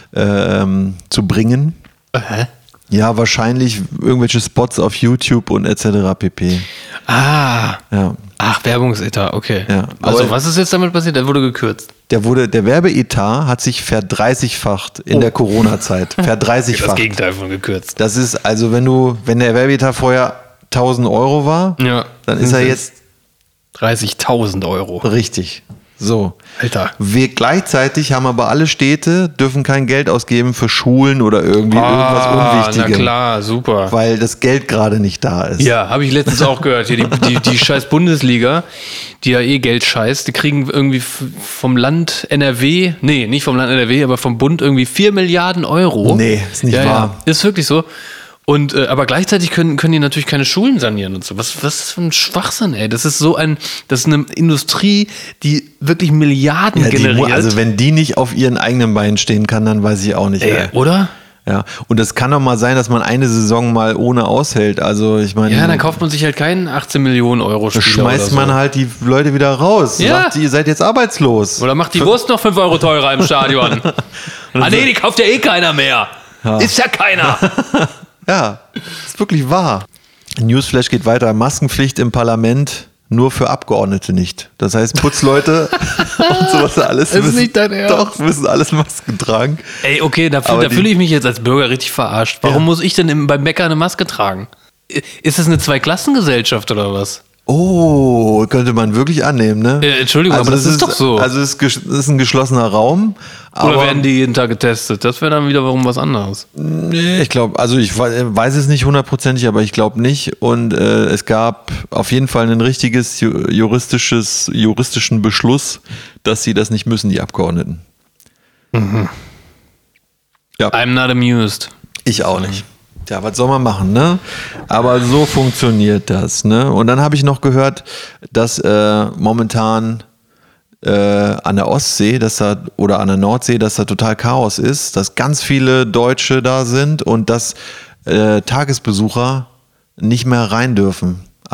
bringen. Ja, wahrscheinlich irgendwelche Spots auf YouTube und etc. pp. Ah. Ja. Ach, Werbungsetat, okay. Ja, also was ist jetzt damit passiert? Der wurde gekürzt. Der Werbeetat hat sich verdreißigfacht in der Corona-Zeit. Verdreißigfacht. Das Gegenteil von gekürzt. Das ist, also wenn der Werbeetat vorher 1.000 Euro war, dann ist er jetzt 30.000 Euro. Richtig. So. Alter. Gleichzeitig haben aber alle Städte, dürfen kein Geld ausgeben für Schulen oder irgendwie irgendwas Unwichtiges. Na klar, super. Weil das Geld gerade nicht da ist. Ja, habe ich letztens auch gehört. Hier die scheiß Bundesliga, die ja Geld scheißt, die kriegen irgendwie vom Land NRW, nee, nicht vom Land NRW, aber vom Bund irgendwie 4 Milliarden Euro. Nee, ist nicht wahr. Ja, ist wirklich so. Und aber gleichzeitig können die natürlich keine Schulen sanieren und so. Was ist das für ein Schwachsinn, ey? Das ist eine Industrie, die wirklich Milliarden generiert. Also wenn die nicht auf ihren eigenen Beinen stehen kann, dann weiß ich auch nicht. Oder? Ja. Und es kann doch mal sein, dass man eine Saison mal ohne aushält. Also ich meine. Ja, dann kauft man sich halt keinen 18 Millionen Euro Spieler. Schmeißt man halt die Leute wieder raus. Ja. Sagt, ihr seid jetzt arbeitslos. Oder macht die Wurst noch 5 Euro teurer im Stadion. Nee, die kauft ja eh keiner mehr. Ja. Ist ja keiner. Ja, ist wirklich wahr. Newsflash geht weiter. Maskenpflicht im Parlament, nur für Abgeordnete nicht. Das heißt, Putzleute und sowas alles müssen, ist nicht dein Ernst. Doch, müssen alles Masken tragen. Ey, okay, da fühle ich mich jetzt als Bürger richtig verarscht. Warum muss ich denn beim Bäcker eine Maske tragen? Ist das eine Zweiklassengesellschaft oder was? Oh, könnte man wirklich annehmen, ne? Entschuldigung, also aber das ist doch so. Also es ist ein geschlossener Raum. Oder werden die jeden Tag getestet? Das wäre dann wiederum was anderes. Nee, ich glaube, also ich weiß es nicht hundertprozentig, aber ich glaube nicht. Und es gab auf jeden Fall ein richtiges juristischen Beschluss, dass sie das nicht müssen, die Abgeordneten. Mhm. Ja. I'm not amused. Ich auch nicht. Ja, was soll man machen, ne? Aber so funktioniert das, ne? Und dann habe ich noch gehört, dass momentan an der Ostsee, oder an der Nordsee, dass da total Chaos ist, dass ganz viele Deutsche da sind und dass Tagesbesucher nicht mehr rein dürfen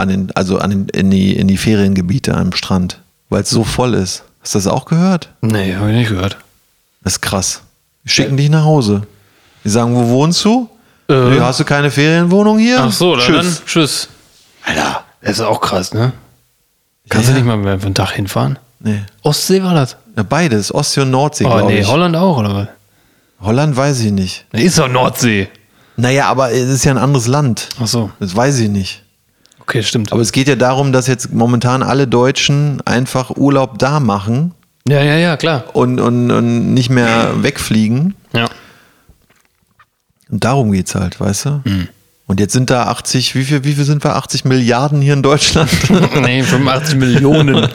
in die Feriengebiete am Strand, weil es so voll ist. Hast du das auch gehört? Nee, habe ich nicht gehört. Das ist krass. Die schicken dich nach Hause. Die sagen, wo wohnst du? Nee, hast du keine Ferienwohnung hier? Ach so, dann tschüss. Alter, das ist auch krass, ne? Kannst du nicht mal mehr für einen Tag hinfahren? Nee. Ostsee war das? Ja, beides, Ostsee und Nordsee, glaube ich. Holland auch, oder was? Holland weiß ich nicht. Ist doch Nordsee. Naja, aber es ist ja ein anderes Land. Ach so. Das weiß ich nicht. Okay, stimmt. Aber es geht ja darum, dass jetzt momentan alle Deutschen einfach Urlaub da machen. Ja, klar. Und nicht mehr wegfliegen. Ja. Und darum geht's halt, weißt du? Mhm. Und jetzt sind da 80, wie viel sind wir? 80 Milliarden hier in Deutschland? Nee, 85 Millionen.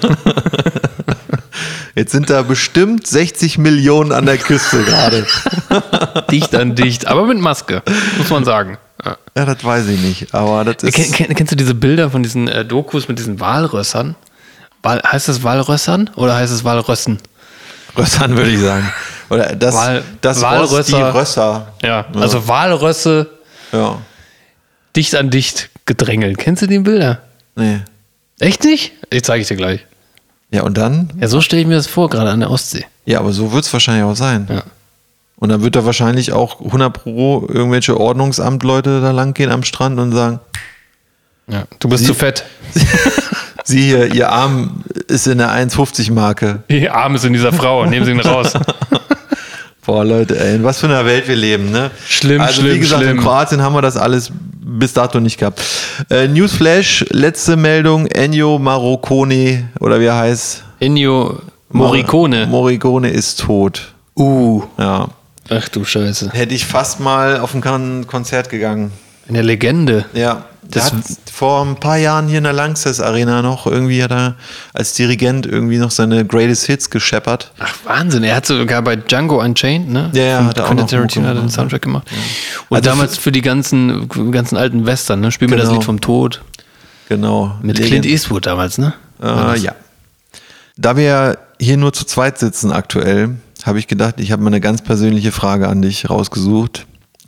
Jetzt sind da bestimmt 60 Millionen an der Küste gerade. Dicht an dicht, aber mit Maske, muss man sagen. Ja, das weiß ich nicht, aber das ist... Kennst du diese Bilder von diesen Dokus mit diesen Walrössern? Heißt das Walrössern oder heißt es Walrössen? Rössern würde ich sagen. Oder das Walrösser. Die Rösser. Ja, also Walrösse dicht an dicht gedrängelt. Kennst du die Bilder? Nee. Echt nicht? Ich zeige ich dir gleich. Ja, und dann? Ja, so stelle ich mir das vor, gerade an der Ostsee. Ja, aber so wird es wahrscheinlich auch sein. Ja. Und dann wird da wahrscheinlich auch 100% irgendwelche Ordnungsamtleute da lang gehen am Strand und sagen, ja, du bist zu fett. Sie hier, Ihr Arm ist in der 1,50 Marke. Ihr Arm ist in dieser Frau, nehmen Sie ihn raus. Boah, Leute, ey, in was für einer Welt wir leben, ne? Schlimm, also, wie gesagt, in Kroatien haben wir das alles bis dato nicht gehabt. Newsflash, letzte Meldung, Ennio Morricone, oder wie er heißt? Ennio Morricone. Morricone ist tot. Ja. Ach du Scheiße. Hätte ich fast mal auf ein Konzert gegangen. Eine Legende. Ja, der hat vor ein paar Jahren hier in der Lanxess Arena noch irgendwie hat er als Dirigent irgendwie noch seine Greatest Hits gescheppert. Ach Wahnsinn, er hat sogar bei Django Unchained, ne? Ja, hat er auch noch Tarantino hat den Soundtrack gemacht. Ja. Und also damals für die ganzen alten Western, ne? Spiel mir das Lied vom Tod. Genau. Mit Clint Eastwood damals, ne? Ja. Da wir hier nur zu zweit sitzen aktuell, habe ich gedacht, ich habe mal eine ganz persönliche Frage an dich rausgesucht.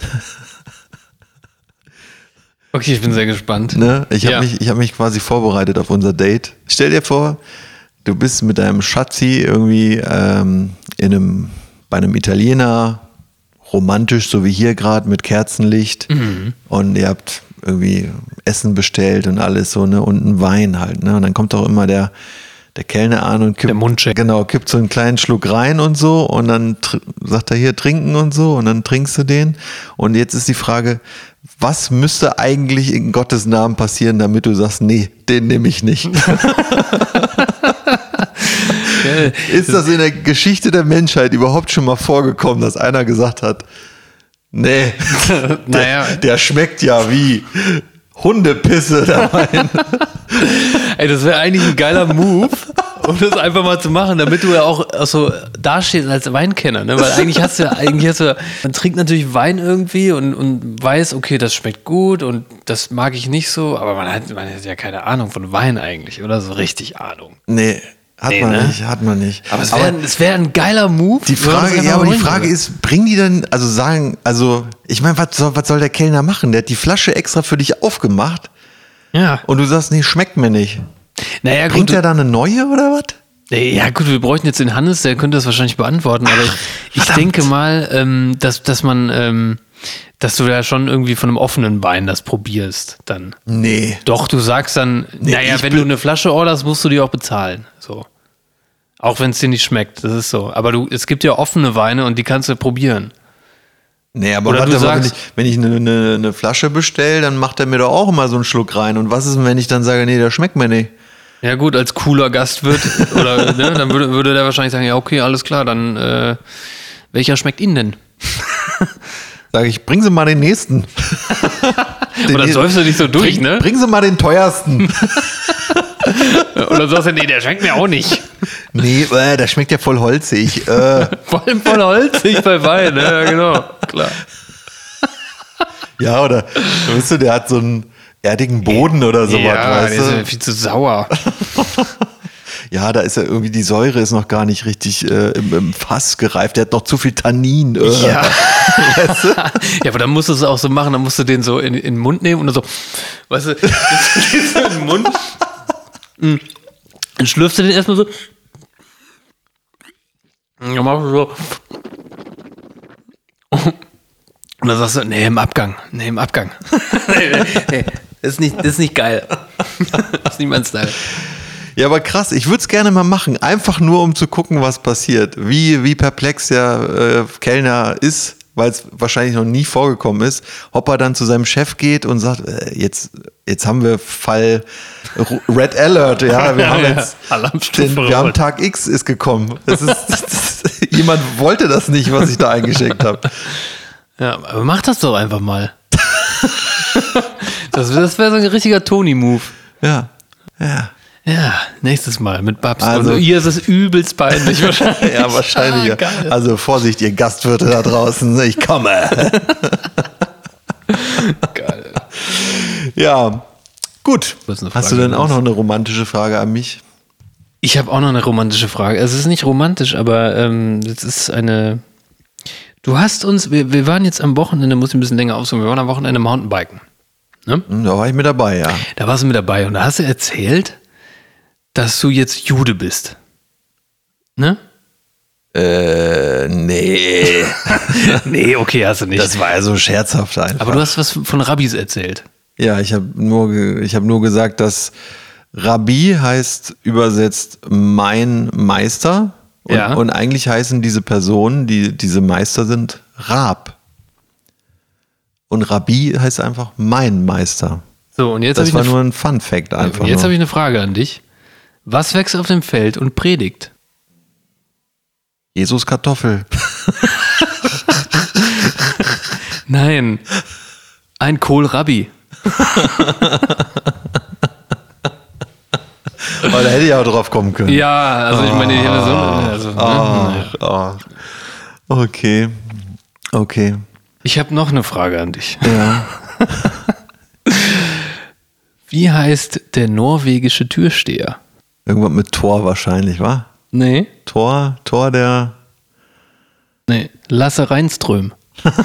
Okay, ich bin sehr gespannt. Ne? Ich habe mich quasi vorbereitet auf unser Date. Stell dir vor, du bist mit deinem Schatzi irgendwie bei einem Italiener, romantisch, so wie hier gerade, mit Kerzenlicht. Und ihr habt irgendwie Essen bestellt und alles so, ne? Und einen Wein halt, ne? Und dann kommt auch immer der Kellner an und kippt so einen kleinen Schluck rein und so und dann sagt er hier trinken und so und dann trinkst du den. Und jetzt ist die Frage, was müsste eigentlich in Gottes Namen passieren, damit du sagst, nee, den nehme ich nicht? Ist das in der Geschichte der Menschheit überhaupt schon mal vorgekommen, dass einer gesagt hat, nee, der schmeckt ja wie Hundepisse da rein. Ey, das wäre eigentlich ein geiler Move, um das einfach mal zu machen, damit du ja auch so dastehst als Weinkenner, ne? Weil eigentlich hast du, man trinkt natürlich Wein irgendwie und weiß, okay, das schmeckt gut und das mag ich nicht so, aber man hat ja keine Ahnung von Wein eigentlich, oder so richtig Ahnung. Nee. Hat man nicht. Aber es wäre ein geiler Move. Die Frage ist, bringen die dann, ich meine, was soll der Kellner machen? Der hat die Flasche extra für dich aufgemacht. Ja. Und du sagst, nee, schmeckt mir nicht. Naja, bringt er da eine neue oder was? Ja gut, wir bräuchten jetzt den Hannes, der könnte das wahrscheinlich beantworten, aber ich denke mal, dass du da schon irgendwie von einem offenen Wein das probierst dann. Nee. Doch, du sagst dann, wenn du eine Flasche orderst, musst du die auch bezahlen. So. Auch wenn es dir nicht schmeckt, das ist so. Aber es gibt ja offene Weine und die kannst du probieren. Nee, aber wenn ich eine Flasche bestelle, dann macht er mir doch auch immer so einen Schluck rein. Und was ist denn, wenn ich dann sage, nee, der schmeckt mir nicht? Ja gut, als cooler Gastwirt, oder, ne, dann würde der wahrscheinlich sagen, ja okay, alles klar, dann welcher schmeckt Ihnen denn? Sag ich, bringen Sie mal den nächsten. Oder säufst du dich so durch, ne? Bringen Sie mal den teuersten. Oder sagst du, nee, der schmeckt mir auch nicht. Nee, der schmeckt ja voll holzig. Voll holzig bei Wein, ja genau, klar. Ja, oder, weißt du, der hat so einen erdigen Boden oder sowas, weißt du? Ja, der ist viel zu sauer. Ja, da ist ja irgendwie, die Säure ist noch gar nicht richtig im Fass gereift. Der hat noch zu viel Tannin. Ja. Weißt du? Ja, aber dann musst du es auch so machen, dann musst du den so in den Mund nehmen und dann so, weißt du, so in den Mund. Dann schlürfst du den erstmal so. Dann machst du so. Und dann sagst du, nee, im Abgang. nee, das ist nicht geil. Das ist nicht mein Style. Ja, aber krass, ich würde es gerne mal machen, einfach nur um zu gucken, was passiert. Wie perplex der Kellner ist, weil es wahrscheinlich noch nie vorgekommen ist, ob er dann zu seinem Chef geht und sagt, jetzt haben wir Fall Red Alert, ja, wir haben Tag X ist gekommen. Jemand wollte das nicht, was ich da eingeschickt habe. Ja, aber mach das doch einfach mal. Das wäre so ein richtiger Tony-Move. Ja. Ja, nächstes Mal mit Babs. Also, und ihr ist es übelst peinlich wahrscheinlich. Ja, wahrscheinlich. Geil. Also Vorsicht, ihr Gastwirte da draußen, ich komme. Geil. Ja, gut. Hast du denn auch noch eine romantische Frage an mich? Ich habe auch noch eine romantische Frage. Es ist nicht romantisch, aber es ist eine... Du hast uns... Wir waren jetzt am Wochenende, muss ich ein bisschen länger ausholen, wir waren am Wochenende Mountainbiken. Ne? Da war ich mit dabei, ja. Da warst du mit dabei und da hast du erzählt, dass du jetzt Jude bist. Ne? Nee. Nee, okay, hast du nicht. Das war ja so scherzhaft einfach. Aber du hast was von Rabbis erzählt. Ja, ich habe nur gesagt, dass Rabbi heißt übersetzt mein Meister. Und eigentlich heißen diese Personen, die diese Meister sind, Rab. Und Rabbi heißt einfach mein Meister. So, und jetzt das war nur ein Fun-Fact einfach. Und jetzt habe ich eine Frage an dich. Was wächst auf dem Feld und predigt? Jesus Kartoffel. Nein. Ein Kohlrabi. Aber da hätte ich auch drauf kommen können. Ja, also ich meine, ich hätte so. Okay. Ich habe noch eine Frage an dich. Ja. Wie heißt der norwegische Türsteher? Irgendwas mit Thor wahrscheinlich, wa? Nee. Thor der... Nee, Lasse Reinström.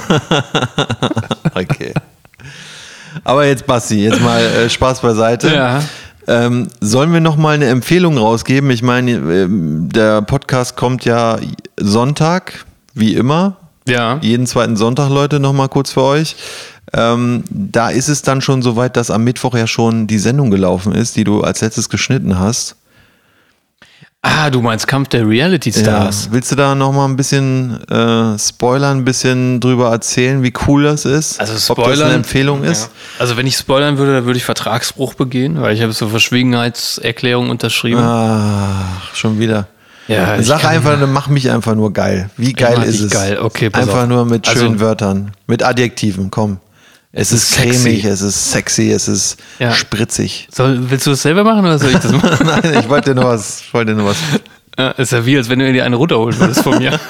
Okay. Aber jetzt, Basti, jetzt mal Spaß beiseite. Ja. Sollen wir noch mal eine Empfehlung rausgeben? Ich meine, der Podcast kommt ja Sonntag, wie immer. Ja. Jeden zweiten Sonntag, Leute, noch mal kurz für euch. Da ist es dann schon soweit, dass am Mittwoch ja schon die Sendung gelaufen ist, die du als letztes geschnitten hast. Ah, du meinst Kampf der Reality Stars. Ja. Willst du da noch mal ein bisschen spoilern, ein bisschen drüber erzählen, wie cool das ist? Also spoilern, ob das eine Empfehlung ist? Ja. Also wenn ich spoilern würde, dann würde ich Vertragsbruch begehen, weil ich habe so Verschwiegenheitserklärung unterschrieben. Ach, schon wieder. Ja, Sag einfach, mach mich einfach nur geil. Wie geil ist es? Geil, okay, pass einfach auf. nur mit schönen Wörtern, mit Adjektiven, komm. Es ist cremig, es ist sexy, es ist spritzig. Willst du das selber machen oder soll ich das machen? Nein, ich wollte nur was. Ja, ist ja wie, als wenn du dir eine runterholen würdest von mir.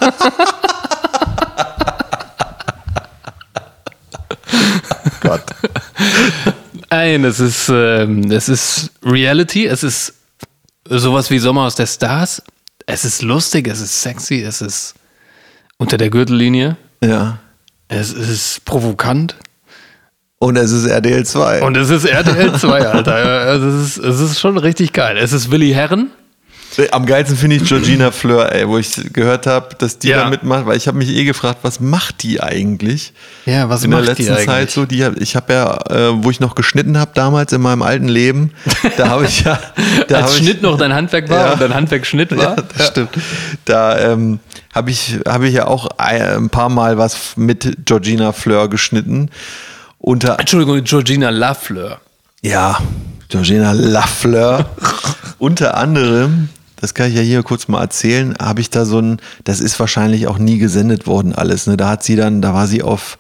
Gott. Nein, es ist Reality, es ist sowas wie Sommer aus der Stars. Es ist lustig, es ist sexy, es ist unter der Gürtellinie. Ja. Es ist provokant. Und es ist RTL 2. Und es ist RTL 2, Alter. Also es ist schon richtig geil. Es ist Willi Herren. Am geilsten finde ich Georgina Fleur, wo ich gehört habe, dass die da mitmacht, weil ich habe mich gefragt, was macht die eigentlich? Ja, was in macht der die letzten Zeit so? Ich habe ja, wo ich noch geschnitten habe damals in meinem alten Leben, da habe ich ja... Als Schnitt noch dein Handwerk war und dein Handwerk Schnitt war. Ja, das stimmt. Da habe ich ja auch ein paar Mal was mit Georgina Fleur geschnitten. Entschuldigung, Georgina Lafleur. Ja, Georgina Lafleur. Unter anderem, das kann ich ja hier kurz mal erzählen, habe ich da das ist wahrscheinlich auch nie gesendet worden alles. Ne? Da war sie auf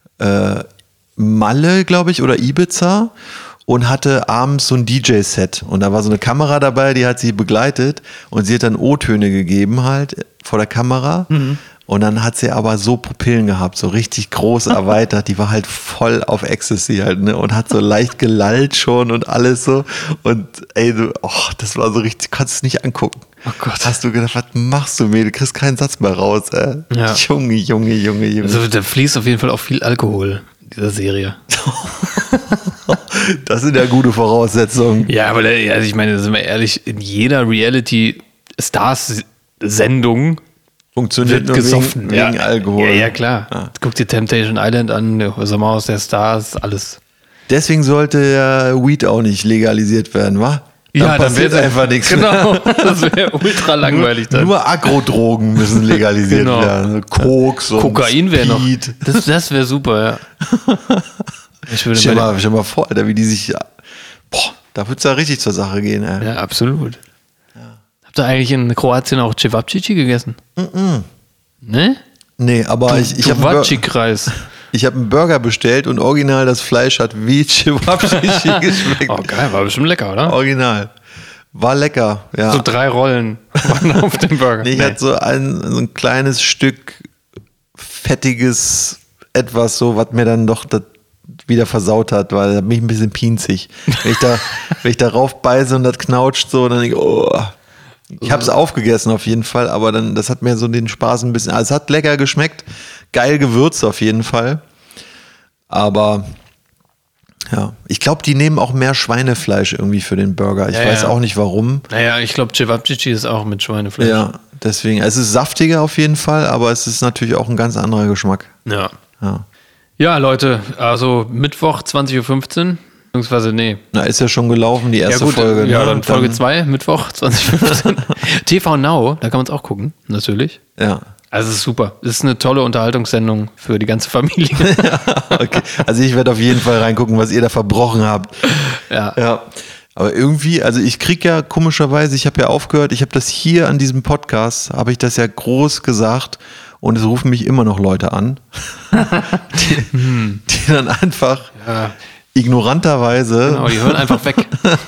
Malle, glaube ich, oder Ibiza und hatte abends so ein DJ-Set. Und da war so eine Kamera dabei, die hat sie begleitet und sie hat dann O-Töne gegeben halt vor der Kamera. Mhm. Und dann hat sie aber so Pupillen gehabt, so richtig groß erweitert. Die war halt voll auf Ecstasy halt, ne? Und hat so leicht gelallt schon und alles so. Und ey, das war so richtig, du kannst es nicht angucken. Oh Gott. Hast du gedacht, was machst du mir? Du kriegst keinen Satz mehr raus, ey. Ja. Junge. Also da fließt auf jeden Fall auch viel Alkohol in dieser Serie. Das sind ja gute Voraussetzungen. Ja, aber also ich meine, sind wir ehrlich, in jeder Reality-Stars-Sendung funktioniert nur gesoffen. wegen Alkohol. Ja, klar. Ja. Guck dir Temptation Island an, der Sommer aus der Stars, alles. Deswegen sollte ja Weed auch nicht legalisiert werden, wa? Dann passiert einfach nichts. Genau, das wäre ultra langweilig dann. Nur Agrodrogen müssen legalisiert werden. Koks und Kokain wäre noch. Speed. Das wäre super, ja. Stell mal vor, Alter, wie die sich... da wird es ja richtig zur Sache gehen. Ey. Ja, absolut. Habt ihr eigentlich in Kroatien auch Cevapcici gegessen? Ne? Nee, aber ich habe einen Burger bestellt und original das Fleisch hat wie Cevapcici geschmeckt. Oh geil, war bestimmt lecker, oder? Original. War lecker, ja. So 3 Rollen waren auf dem Burger. Ich hatte so ein kleines Stück fettiges etwas so, was mir dann doch das wieder versaut hat, weil da bin ich ein bisschen pinzig. Wenn ich da rauf beiße und das knautscht so, dann denke ich, ich habe es aufgegessen auf jeden Fall, aber dann, das hat mir so den Spaß ein bisschen, also es hat lecker geschmeckt, geil gewürzt auf jeden Fall, aber ja, ich glaube, die nehmen auch mehr Schweinefleisch irgendwie für den Burger, ich weiß auch nicht warum. Naja, ich glaube, Cevapcici ist auch mit Schweinefleisch. Ja, deswegen, es ist saftiger auf jeden Fall, aber es ist natürlich auch ein ganz anderer Geschmack. Ja, Leute, also Mittwoch 20.15 Uhr. Beziehungsweise, nee. Na, ist ja schon gelaufen, die erste Folge. Ja, dann Folge 2, Mittwoch 2015. TV Now, da kann man es auch gucken, natürlich. Ja. Also es ist super. Es ist eine tolle Unterhaltungssendung für die ganze Familie. Ja, okay. Also ich werde auf jeden Fall reingucken, was ihr da verbrochen habt. Ja. Aber irgendwie, also ich kriege ja komischerweise, ich habe ja aufgehört, ich habe das hier an diesem Podcast, habe ich das ja groß gesagt und es rufen mich immer noch Leute an, die dann einfach ignoranterweise... Genau, die hören einfach weg.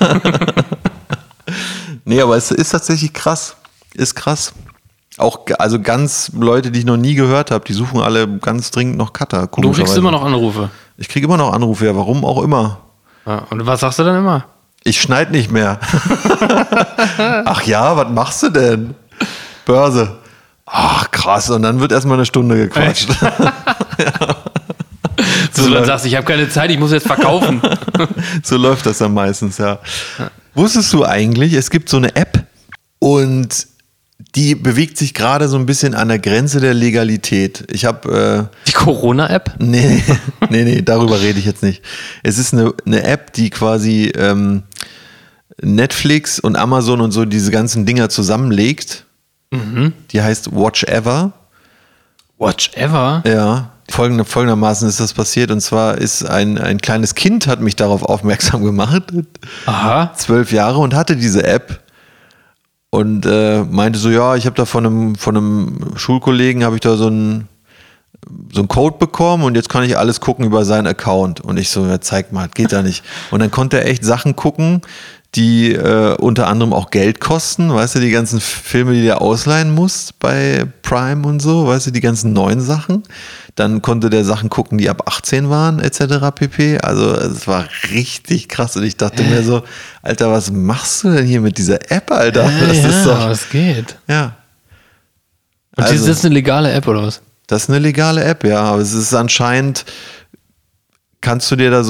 Nee, aber es ist tatsächlich krass. Ist krass. Auch, also ganz Leute, die ich noch nie gehört habe, die suchen alle ganz dringend noch Cutter. Du kriegst immer noch Anrufe. Ich kriege immer noch Anrufe, ja, warum auch immer. Ja, und was sagst du dann immer? Ich schneid nicht mehr. Ach ja, was machst du denn? Börse. Ach krass, und dann wird erstmal eine Stunde gequatscht. Ja. So, dann sagst du, ich habe keine Zeit, ich muss jetzt verkaufen. So läuft das dann meistens, ja. Wusstest du eigentlich, es gibt so eine App und die bewegt sich gerade so ein bisschen an der Grenze der Legalität. Ich habe die Corona-App? Nee, darüber rede ich jetzt nicht. Es ist eine App, die quasi Netflix und Amazon und so diese ganzen Dinger zusammenlegt. Mhm. Die heißt Watch Ever. Watch Ever? Ja. Folgendermaßen ist das passiert, und zwar ist ein kleines Kind hat mich darauf aufmerksam gemacht. Aha. 12 Jahre und hatte diese App und meinte so, ja, ich habe da von einem Schulkollegen habe ich da so einen Code bekommen und jetzt kann ich alles gucken über seinen Account. Und ich so, ja, zeig mal, geht da nicht. Und dann konnte er echt Sachen gucken, die unter anderem auch Geld kosten, weißt du, die ganzen Filme, die du ausleihen musst bei Prime und so, weißt du, die ganzen neuen Sachen. Dann konnte der Sachen gucken, die ab 18 waren, etc. pp. Also es war richtig krass und ich dachte mir so, Alter, was machst du denn hier mit dieser App, Alter? Das ist doch, was geht? Ja. Und also, das ist eine legale App, oder was? Das ist eine legale App, ja, aber es ist anscheinend, kannst du dir da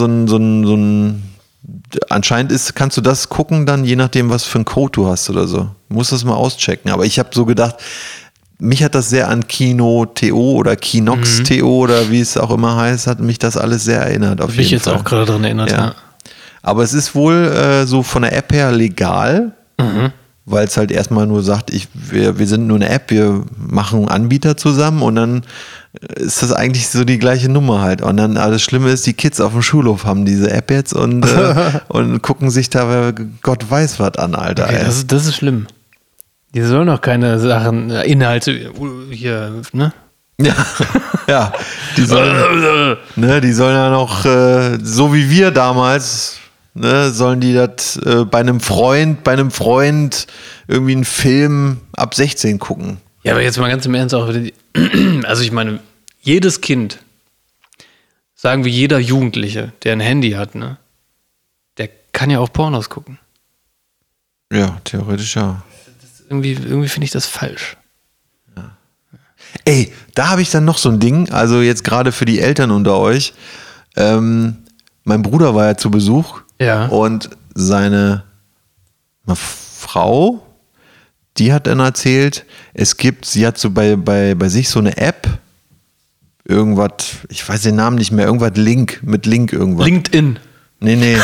kannst du das gucken dann, je nachdem, was für einen Code du hast oder so. Du musst das mal auschecken. Aber ich habe so gedacht, mich hat das sehr an Kino.to oder Kinox.to oder wie es auch immer heißt, hat mich das alles sehr erinnert. Auf jeden Fall. Mich jetzt auch gerade dran erinnert, ja. Aber es ist wohl so von der App her legal, weil es halt erstmal nur sagt, wir sind nur eine App, wir machen einen Anbieter zusammen und dann ist das eigentlich so die gleiche Nummer halt. Und dann, das Schlimme ist, die Kids auf dem Schulhof haben diese App jetzt und gucken sich da Gott weiß was an, Alter. Okay, das ist schlimm. Die sollen doch keine Sachen, Inhalte hier, ne? Ja, die sollen ja noch, so wie wir damals, ne, sollen die das bei einem Freund irgendwie einen Film ab 16 gucken. Ja, aber jetzt mal ganz im Ernst auch, also ich meine, jedes Kind, sagen wir jeder Jugendliche, der ein Handy hat, ne, der kann ja auch Pornos gucken. Ja, theoretisch ja. Irgendwie finde ich das falsch. Ja. Ey, da habe ich dann noch so ein Ding, also jetzt gerade für die Eltern unter euch. Mein Bruder war ja zu Besuch und seine Frau, die hat dann erzählt, sie hat so bei sich so eine App, irgendwas, ich weiß den Namen nicht mehr, irgendwas mit Link irgendwas. LinkedIn. Nee.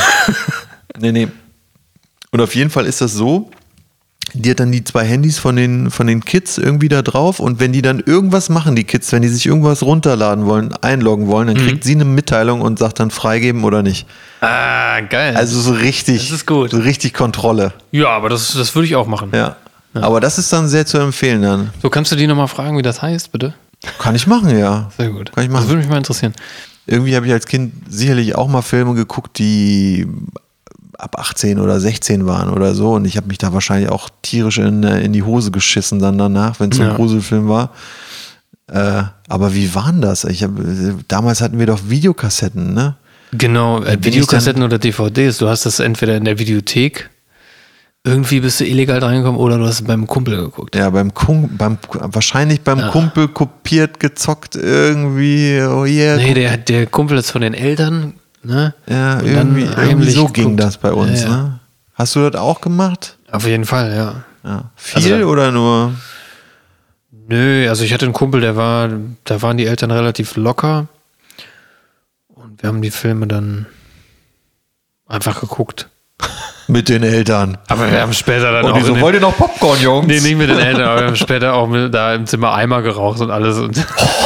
Und auf jeden Fall ist das so, die hat dann die 2 Handys von den Kids irgendwie da drauf und wenn die dann irgendwas machen, die Kids, wenn die sich irgendwas runterladen wollen, einloggen wollen, dann kriegt sie eine Mitteilung und sagt dann freigeben oder nicht. Ah, geil. Also so richtig, das ist gut. So richtig Kontrolle. Ja, aber das würde ich auch machen. Ja. Aber das ist dann sehr zu empfehlen dann. So, kannst du die nochmal fragen, wie das heißt, bitte? Kann ich machen, ja. Sehr gut. Kann ich machen. Das würde mich mal interessieren. Irgendwie habe ich als Kind sicherlich auch mal Filme geguckt, die ab 18 oder 16 waren oder so. Und ich habe mich da wahrscheinlich auch tierisch in die Hose geschissen dann danach, wenn es so ein Gruselfilm war. Aber wie waren das? Damals hatten wir doch Videokassetten, ne? Genau, Videokassetten oder DVDs. Du hast das entweder in der Videothek, irgendwie bist du illegal reingekommen, oder du hast es beim Kumpel geguckt. Ja, wahrscheinlich beim Kumpel kopiert, gezockt irgendwie. Oh yeah. Nee, der Kumpel ist von den Eltern, ne? Ja, irgendwie so ging das bei uns, ne? Hast du das auch gemacht? Auf jeden Fall, ja. Viel also, oder nur? Nö, also ich hatte einen Kumpel, da waren die Eltern relativ locker und wir haben die Filme dann einfach geguckt. Mit den Eltern. Aber wir haben später dann auch... Und so, wollt ihr noch Popcorn, Jungs? Nee, nicht mit den Eltern, aber wir haben später auch da im Zimmer Eimer geraucht und alles. Und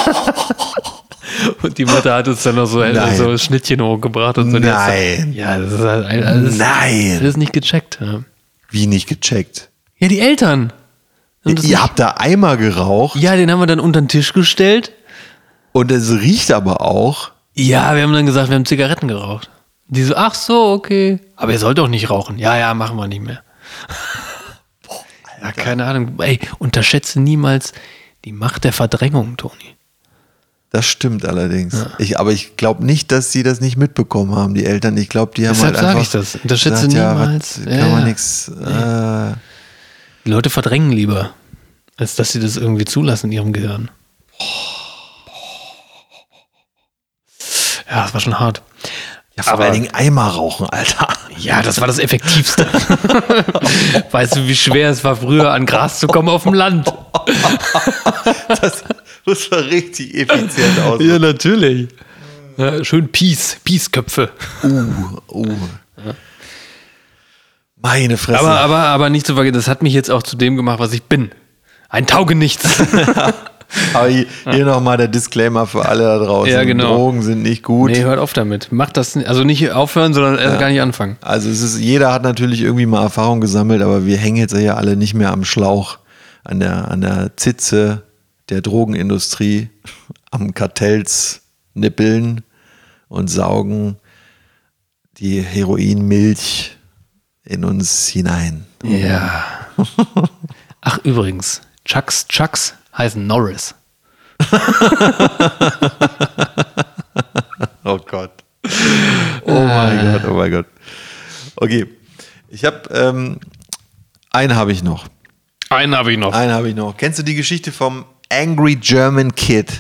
die Mutter hat uns dann noch so Schnittchen hochgebracht. Und so. Nein. Ja, das ist halt alles nicht gecheckt. Ja. Wie nicht gecheckt? Ja, die Eltern. Ihr habt da Eimer geraucht? Ja, den haben wir dann unter den Tisch gestellt. Und es riecht aber auch. Ja, wir haben dann gesagt, wir haben Zigaretten geraucht. Die so, ach so, okay. Aber ihr sollt doch nicht rauchen. Ja, machen wir nicht mehr. Boah, ja, keine Ahnung. Ey, unterschätze niemals die Macht der Verdrängung, Toni. Das stimmt allerdings. Ja. Aber ich glaube nicht, dass sie das nicht mitbekommen haben, die Eltern. Ich glaube, die haben deshalb halt einfach... Deshalb sage ich das. Unterschätze niemals. Kann man nichts... Die Leute verdrängen lieber, als dass sie das irgendwie zulassen in ihrem Gehirn. Ja, das war schon hart. Ja, vor allen Dingen Eimer rauchen, Alter. Ja, das war das Effektivste. Weißt du, wie schwer es war, früher an Gras zu kommen auf dem Land? Das muss doch richtig effizient aussehen. Ja, natürlich. Ja, schön Peace-Köpfe. Ja. Meine Fresse. Aber nicht zu vergessen, das hat mich jetzt auch zu dem gemacht, was ich bin. Ein Taugenichts. Aber hier nochmal der Disclaimer für alle da draußen. Ja, genau. Drogen sind nicht gut. Nee, hört auf damit. Macht das nicht, also nicht aufhören, sondern erst gar nicht anfangen. Also jeder hat natürlich irgendwie mal Erfahrung gesammelt, aber wir hängen jetzt ja alle nicht mehr am Schlauch, an der Zitze der Drogenindustrie, am Kartellsnippeln und saugen die Heroinmilch in uns hinein. Ja. Ach, übrigens, Chucks heißen Norris. Oh Gott. Oh mein Gott. Okay. Ich habe, einen habe ich noch. Kennst du die Geschichte vom Angry German Kid?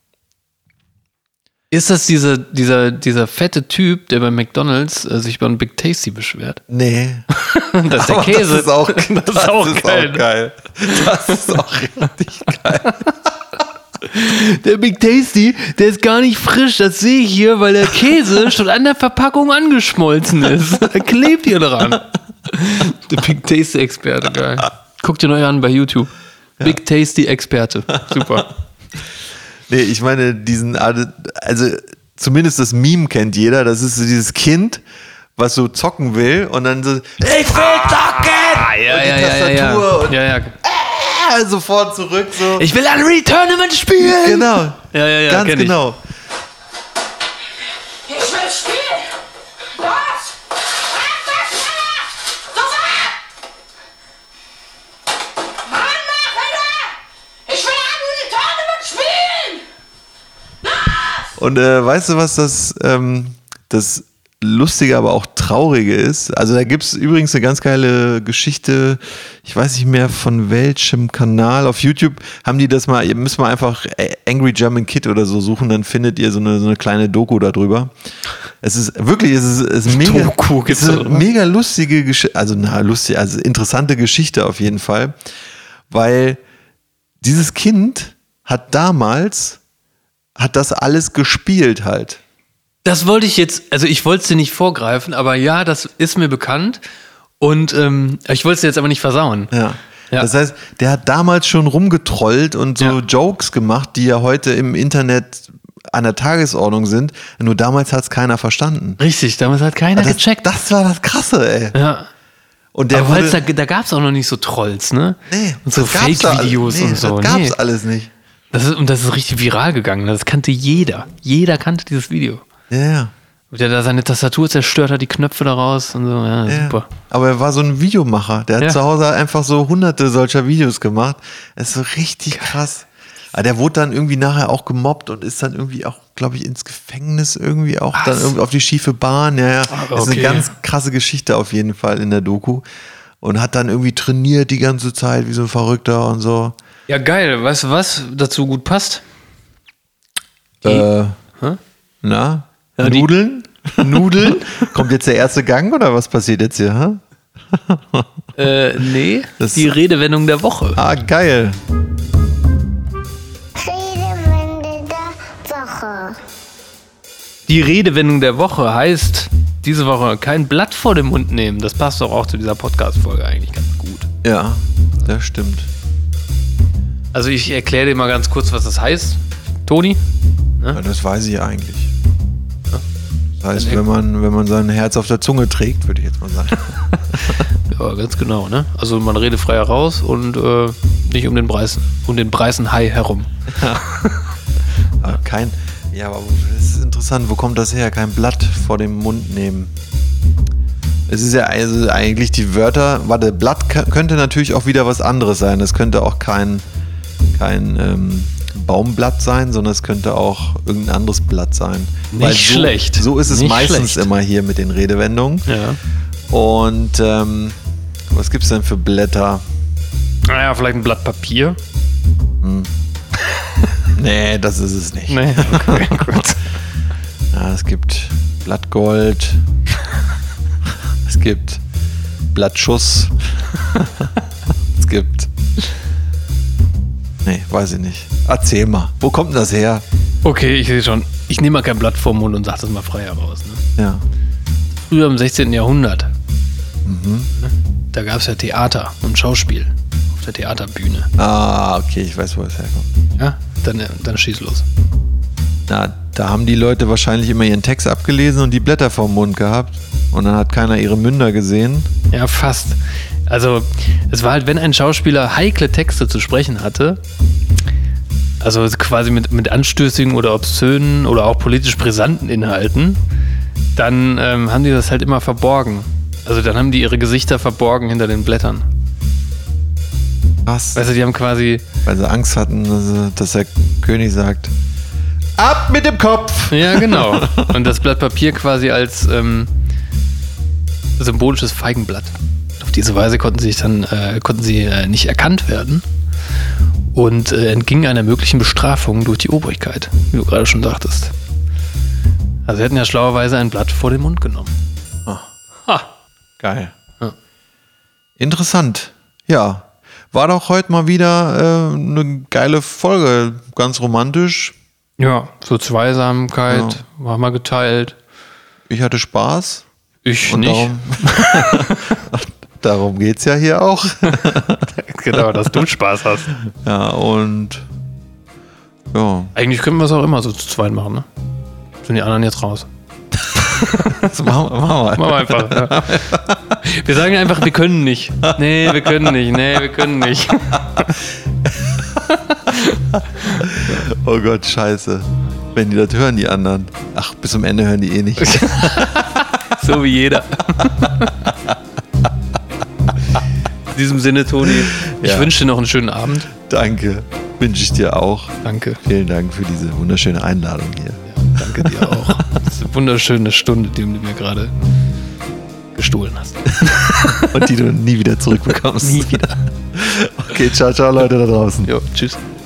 Ist das dieser fette Typ, der bei McDonald's sich über einen Big Tasty beschwert? Nee. Das ist der Käse. Das ist auch geil. Das ist auch richtig geil. Der Big Tasty, der ist gar nicht frisch, das sehe ich hier, weil der Käse schon an der Verpackung angeschmolzen ist. Da klebt ihr dran. Der Big Tasty Experte, geil. Guckt ihr euch an bei YouTube. Ja. Big Tasty Experte. Super. Nee, ich meine, also zumindest das Meme kennt jeder, das ist so dieses Kind, was so zocken will und dann so, ich will zocken! Ja. Sofort zurück so. Ich will Unreal Tournament spielen! Genau. Ja, ganz genau. Ich will spielen! Was? Mann, mach wieder! Ich will Unreal Tournament spielen! Und weißt du, was das Lustige, aber auch Traurige ist? Also da gibt es übrigens eine ganz geile Geschichte, ich weiß nicht mehr von welchem Kanal, auf YouTube haben die das mal, ihr müsst mal einfach Angry German Kid oder so suchen, dann findet ihr so eine kleine Doku darüber. Es ist wirklich, es ist mega, Doku es ist eine mega lustige Geschichte, also interessante Geschichte auf jeden Fall, weil dieses Kind hat das alles gespielt halt. Das wollte ich jetzt, also ich wollte es dir nicht vorgreifen, aber ja, das ist mir bekannt und ich wollte es dir jetzt aber nicht versauen. Ja. Das heißt, der hat damals schon rumgetrollt und so Jokes gemacht, die ja heute im Internet an der Tagesordnung sind, nur damals hat es keiner verstanden. Richtig, damals hat keiner gecheckt. Das war das Krasse, ey. Ja. Und aber da gab es auch noch nicht so Trolls, ne? Nee. Und so Fake-Videos und so. Das gab es alles nicht. Das ist richtig viral gegangen. Das kannte jeder. Jeder kannte dieses Video. Ja. Der da seine Tastatur zerstört hat, die Knöpfe daraus und so. Ja, super. Aber er war so ein Videomacher. Der hat zu Hause einfach so hunderte solcher Videos gemacht. Das ist so richtig krass. Aber der wurde dann irgendwie nachher auch gemobbt und ist dann irgendwie auch, glaube ich, ins Gefängnis irgendwie auch. Dann irgendwie auf die schiefe Bahn. Ja. Das ist eine ganz krasse Geschichte auf jeden Fall in der Doku. Und hat dann irgendwie trainiert die ganze Zeit wie so ein Verrückter und so. Ja, geil. Weißt du, was dazu gut passt? Na? Ja, Nudeln? Kommt jetzt der erste Gang oder was passiert jetzt hier? Nee, das die Redewendung der Woche. Ah, geil. Redewendung der Woche. Die Redewendung der Woche heißt diese Woche kein Blatt vor den Mund nehmen. Das passt doch auch zu dieser Podcast-Folge eigentlich ganz gut. Ja, das stimmt. Also ich erkläre dir mal ganz kurz, was das heißt. Toni? Ja, das weiß ich eigentlich. Das heißt, wenn man sein Herz auf der Zunge trägt, würde ich jetzt mal sagen. Ja, ganz genau, ne? Also man redet frei heraus und nicht um den Breißen Hai herum. Aber aber das ist interessant, wo kommt das her? Kein Blatt vor dem Mund nehmen. Es ist ja also eigentlich die Wörter, Blatt könnte natürlich auch wieder was anderes sein. Es könnte auch kein Baumblatt sein, sondern es könnte auch irgendein anderes Blatt sein. Nicht schlecht. So ist es nicht meistens schlecht. immer hier mit den Redewendungen. Ja. Und was gibt es denn für Blätter? Naja, vielleicht ein Blatt Papier. Nee, das ist es nicht. Nee, okay, gut. Ja, es gibt Blattgold. Es gibt Blattschuss. Es gibt... Nee, weiß ich nicht. Erzähl mal, wo kommt denn das her? Okay, ich sehe schon. Ich nehme mal kein Blatt vor den Mund und sage das mal frei heraus. Ne? Ja. Früher im 16. Jahrhundert, da gab es ja Theater und Schauspiel auf der Theaterbühne. Ah, okay, ich weiß, wo es herkommt. Ja, dann schieß los. Na, da haben die Leute wahrscheinlich immer ihren Text abgelesen und die Blätter vorm Mund gehabt. Und dann hat keiner ihre Münder gesehen. Ja, fast. Also, es war halt, wenn ein Schauspieler heikle Texte zu sprechen hatte, also quasi mit anstößigen oder obszönen oder auch politisch brisanten Inhalten, dann haben die das halt immer verborgen. Also dann haben die ihre Gesichter verborgen hinter den Blättern. Was? Weißt du, die haben quasi... Weil sie Angst hatten, dass der König sagt, ab mit dem Kopf! Ja, genau. Und das Blatt Papier quasi als symbolisches Feigenblatt. Auf diese Weise konnten sie nicht erkannt werden und entgingen einer möglichen Bestrafung durch die Obrigkeit, wie du gerade schon sagtest. Also sie hätten ja schlauerweise ein Blatt vor den Mund genommen. Ha. Geil. Ja. Interessant. Ja. War doch heute mal wieder eine geile Folge. Ganz romantisch. Ja, so Zweisamkeit war mal geteilt. Ich hatte Spaß. Ich Und nicht. Darum geht es ja hier auch. Genau, dass du Spaß hast. Ja, und ja. Eigentlich können wir es auch immer so zu zweit machen, ne? Sind die anderen jetzt raus. Das machen wir. Machen wir einfach. Ja. Wir sagen einfach, wir können nicht. Nee, wir können nicht. Nee, wir können nicht. Oh Gott, scheiße. Wenn die das hören, die anderen. Ach, bis zum Ende hören die eh nicht. So wie jeder. In diesem Sinne, Toni, ich wünsche dir noch einen schönen Abend. Danke. Wünsche ich dir auch. Danke. Vielen Dank für diese wunderschöne Einladung hier. Ja, danke dir auch. Das ist eine wunderschöne Stunde, die du mir gerade gestohlen hast. Und die du nie wieder zurückbekommst. Nie wieder. Okay, ciao, ciao Leute da draußen. Jo, tschüss.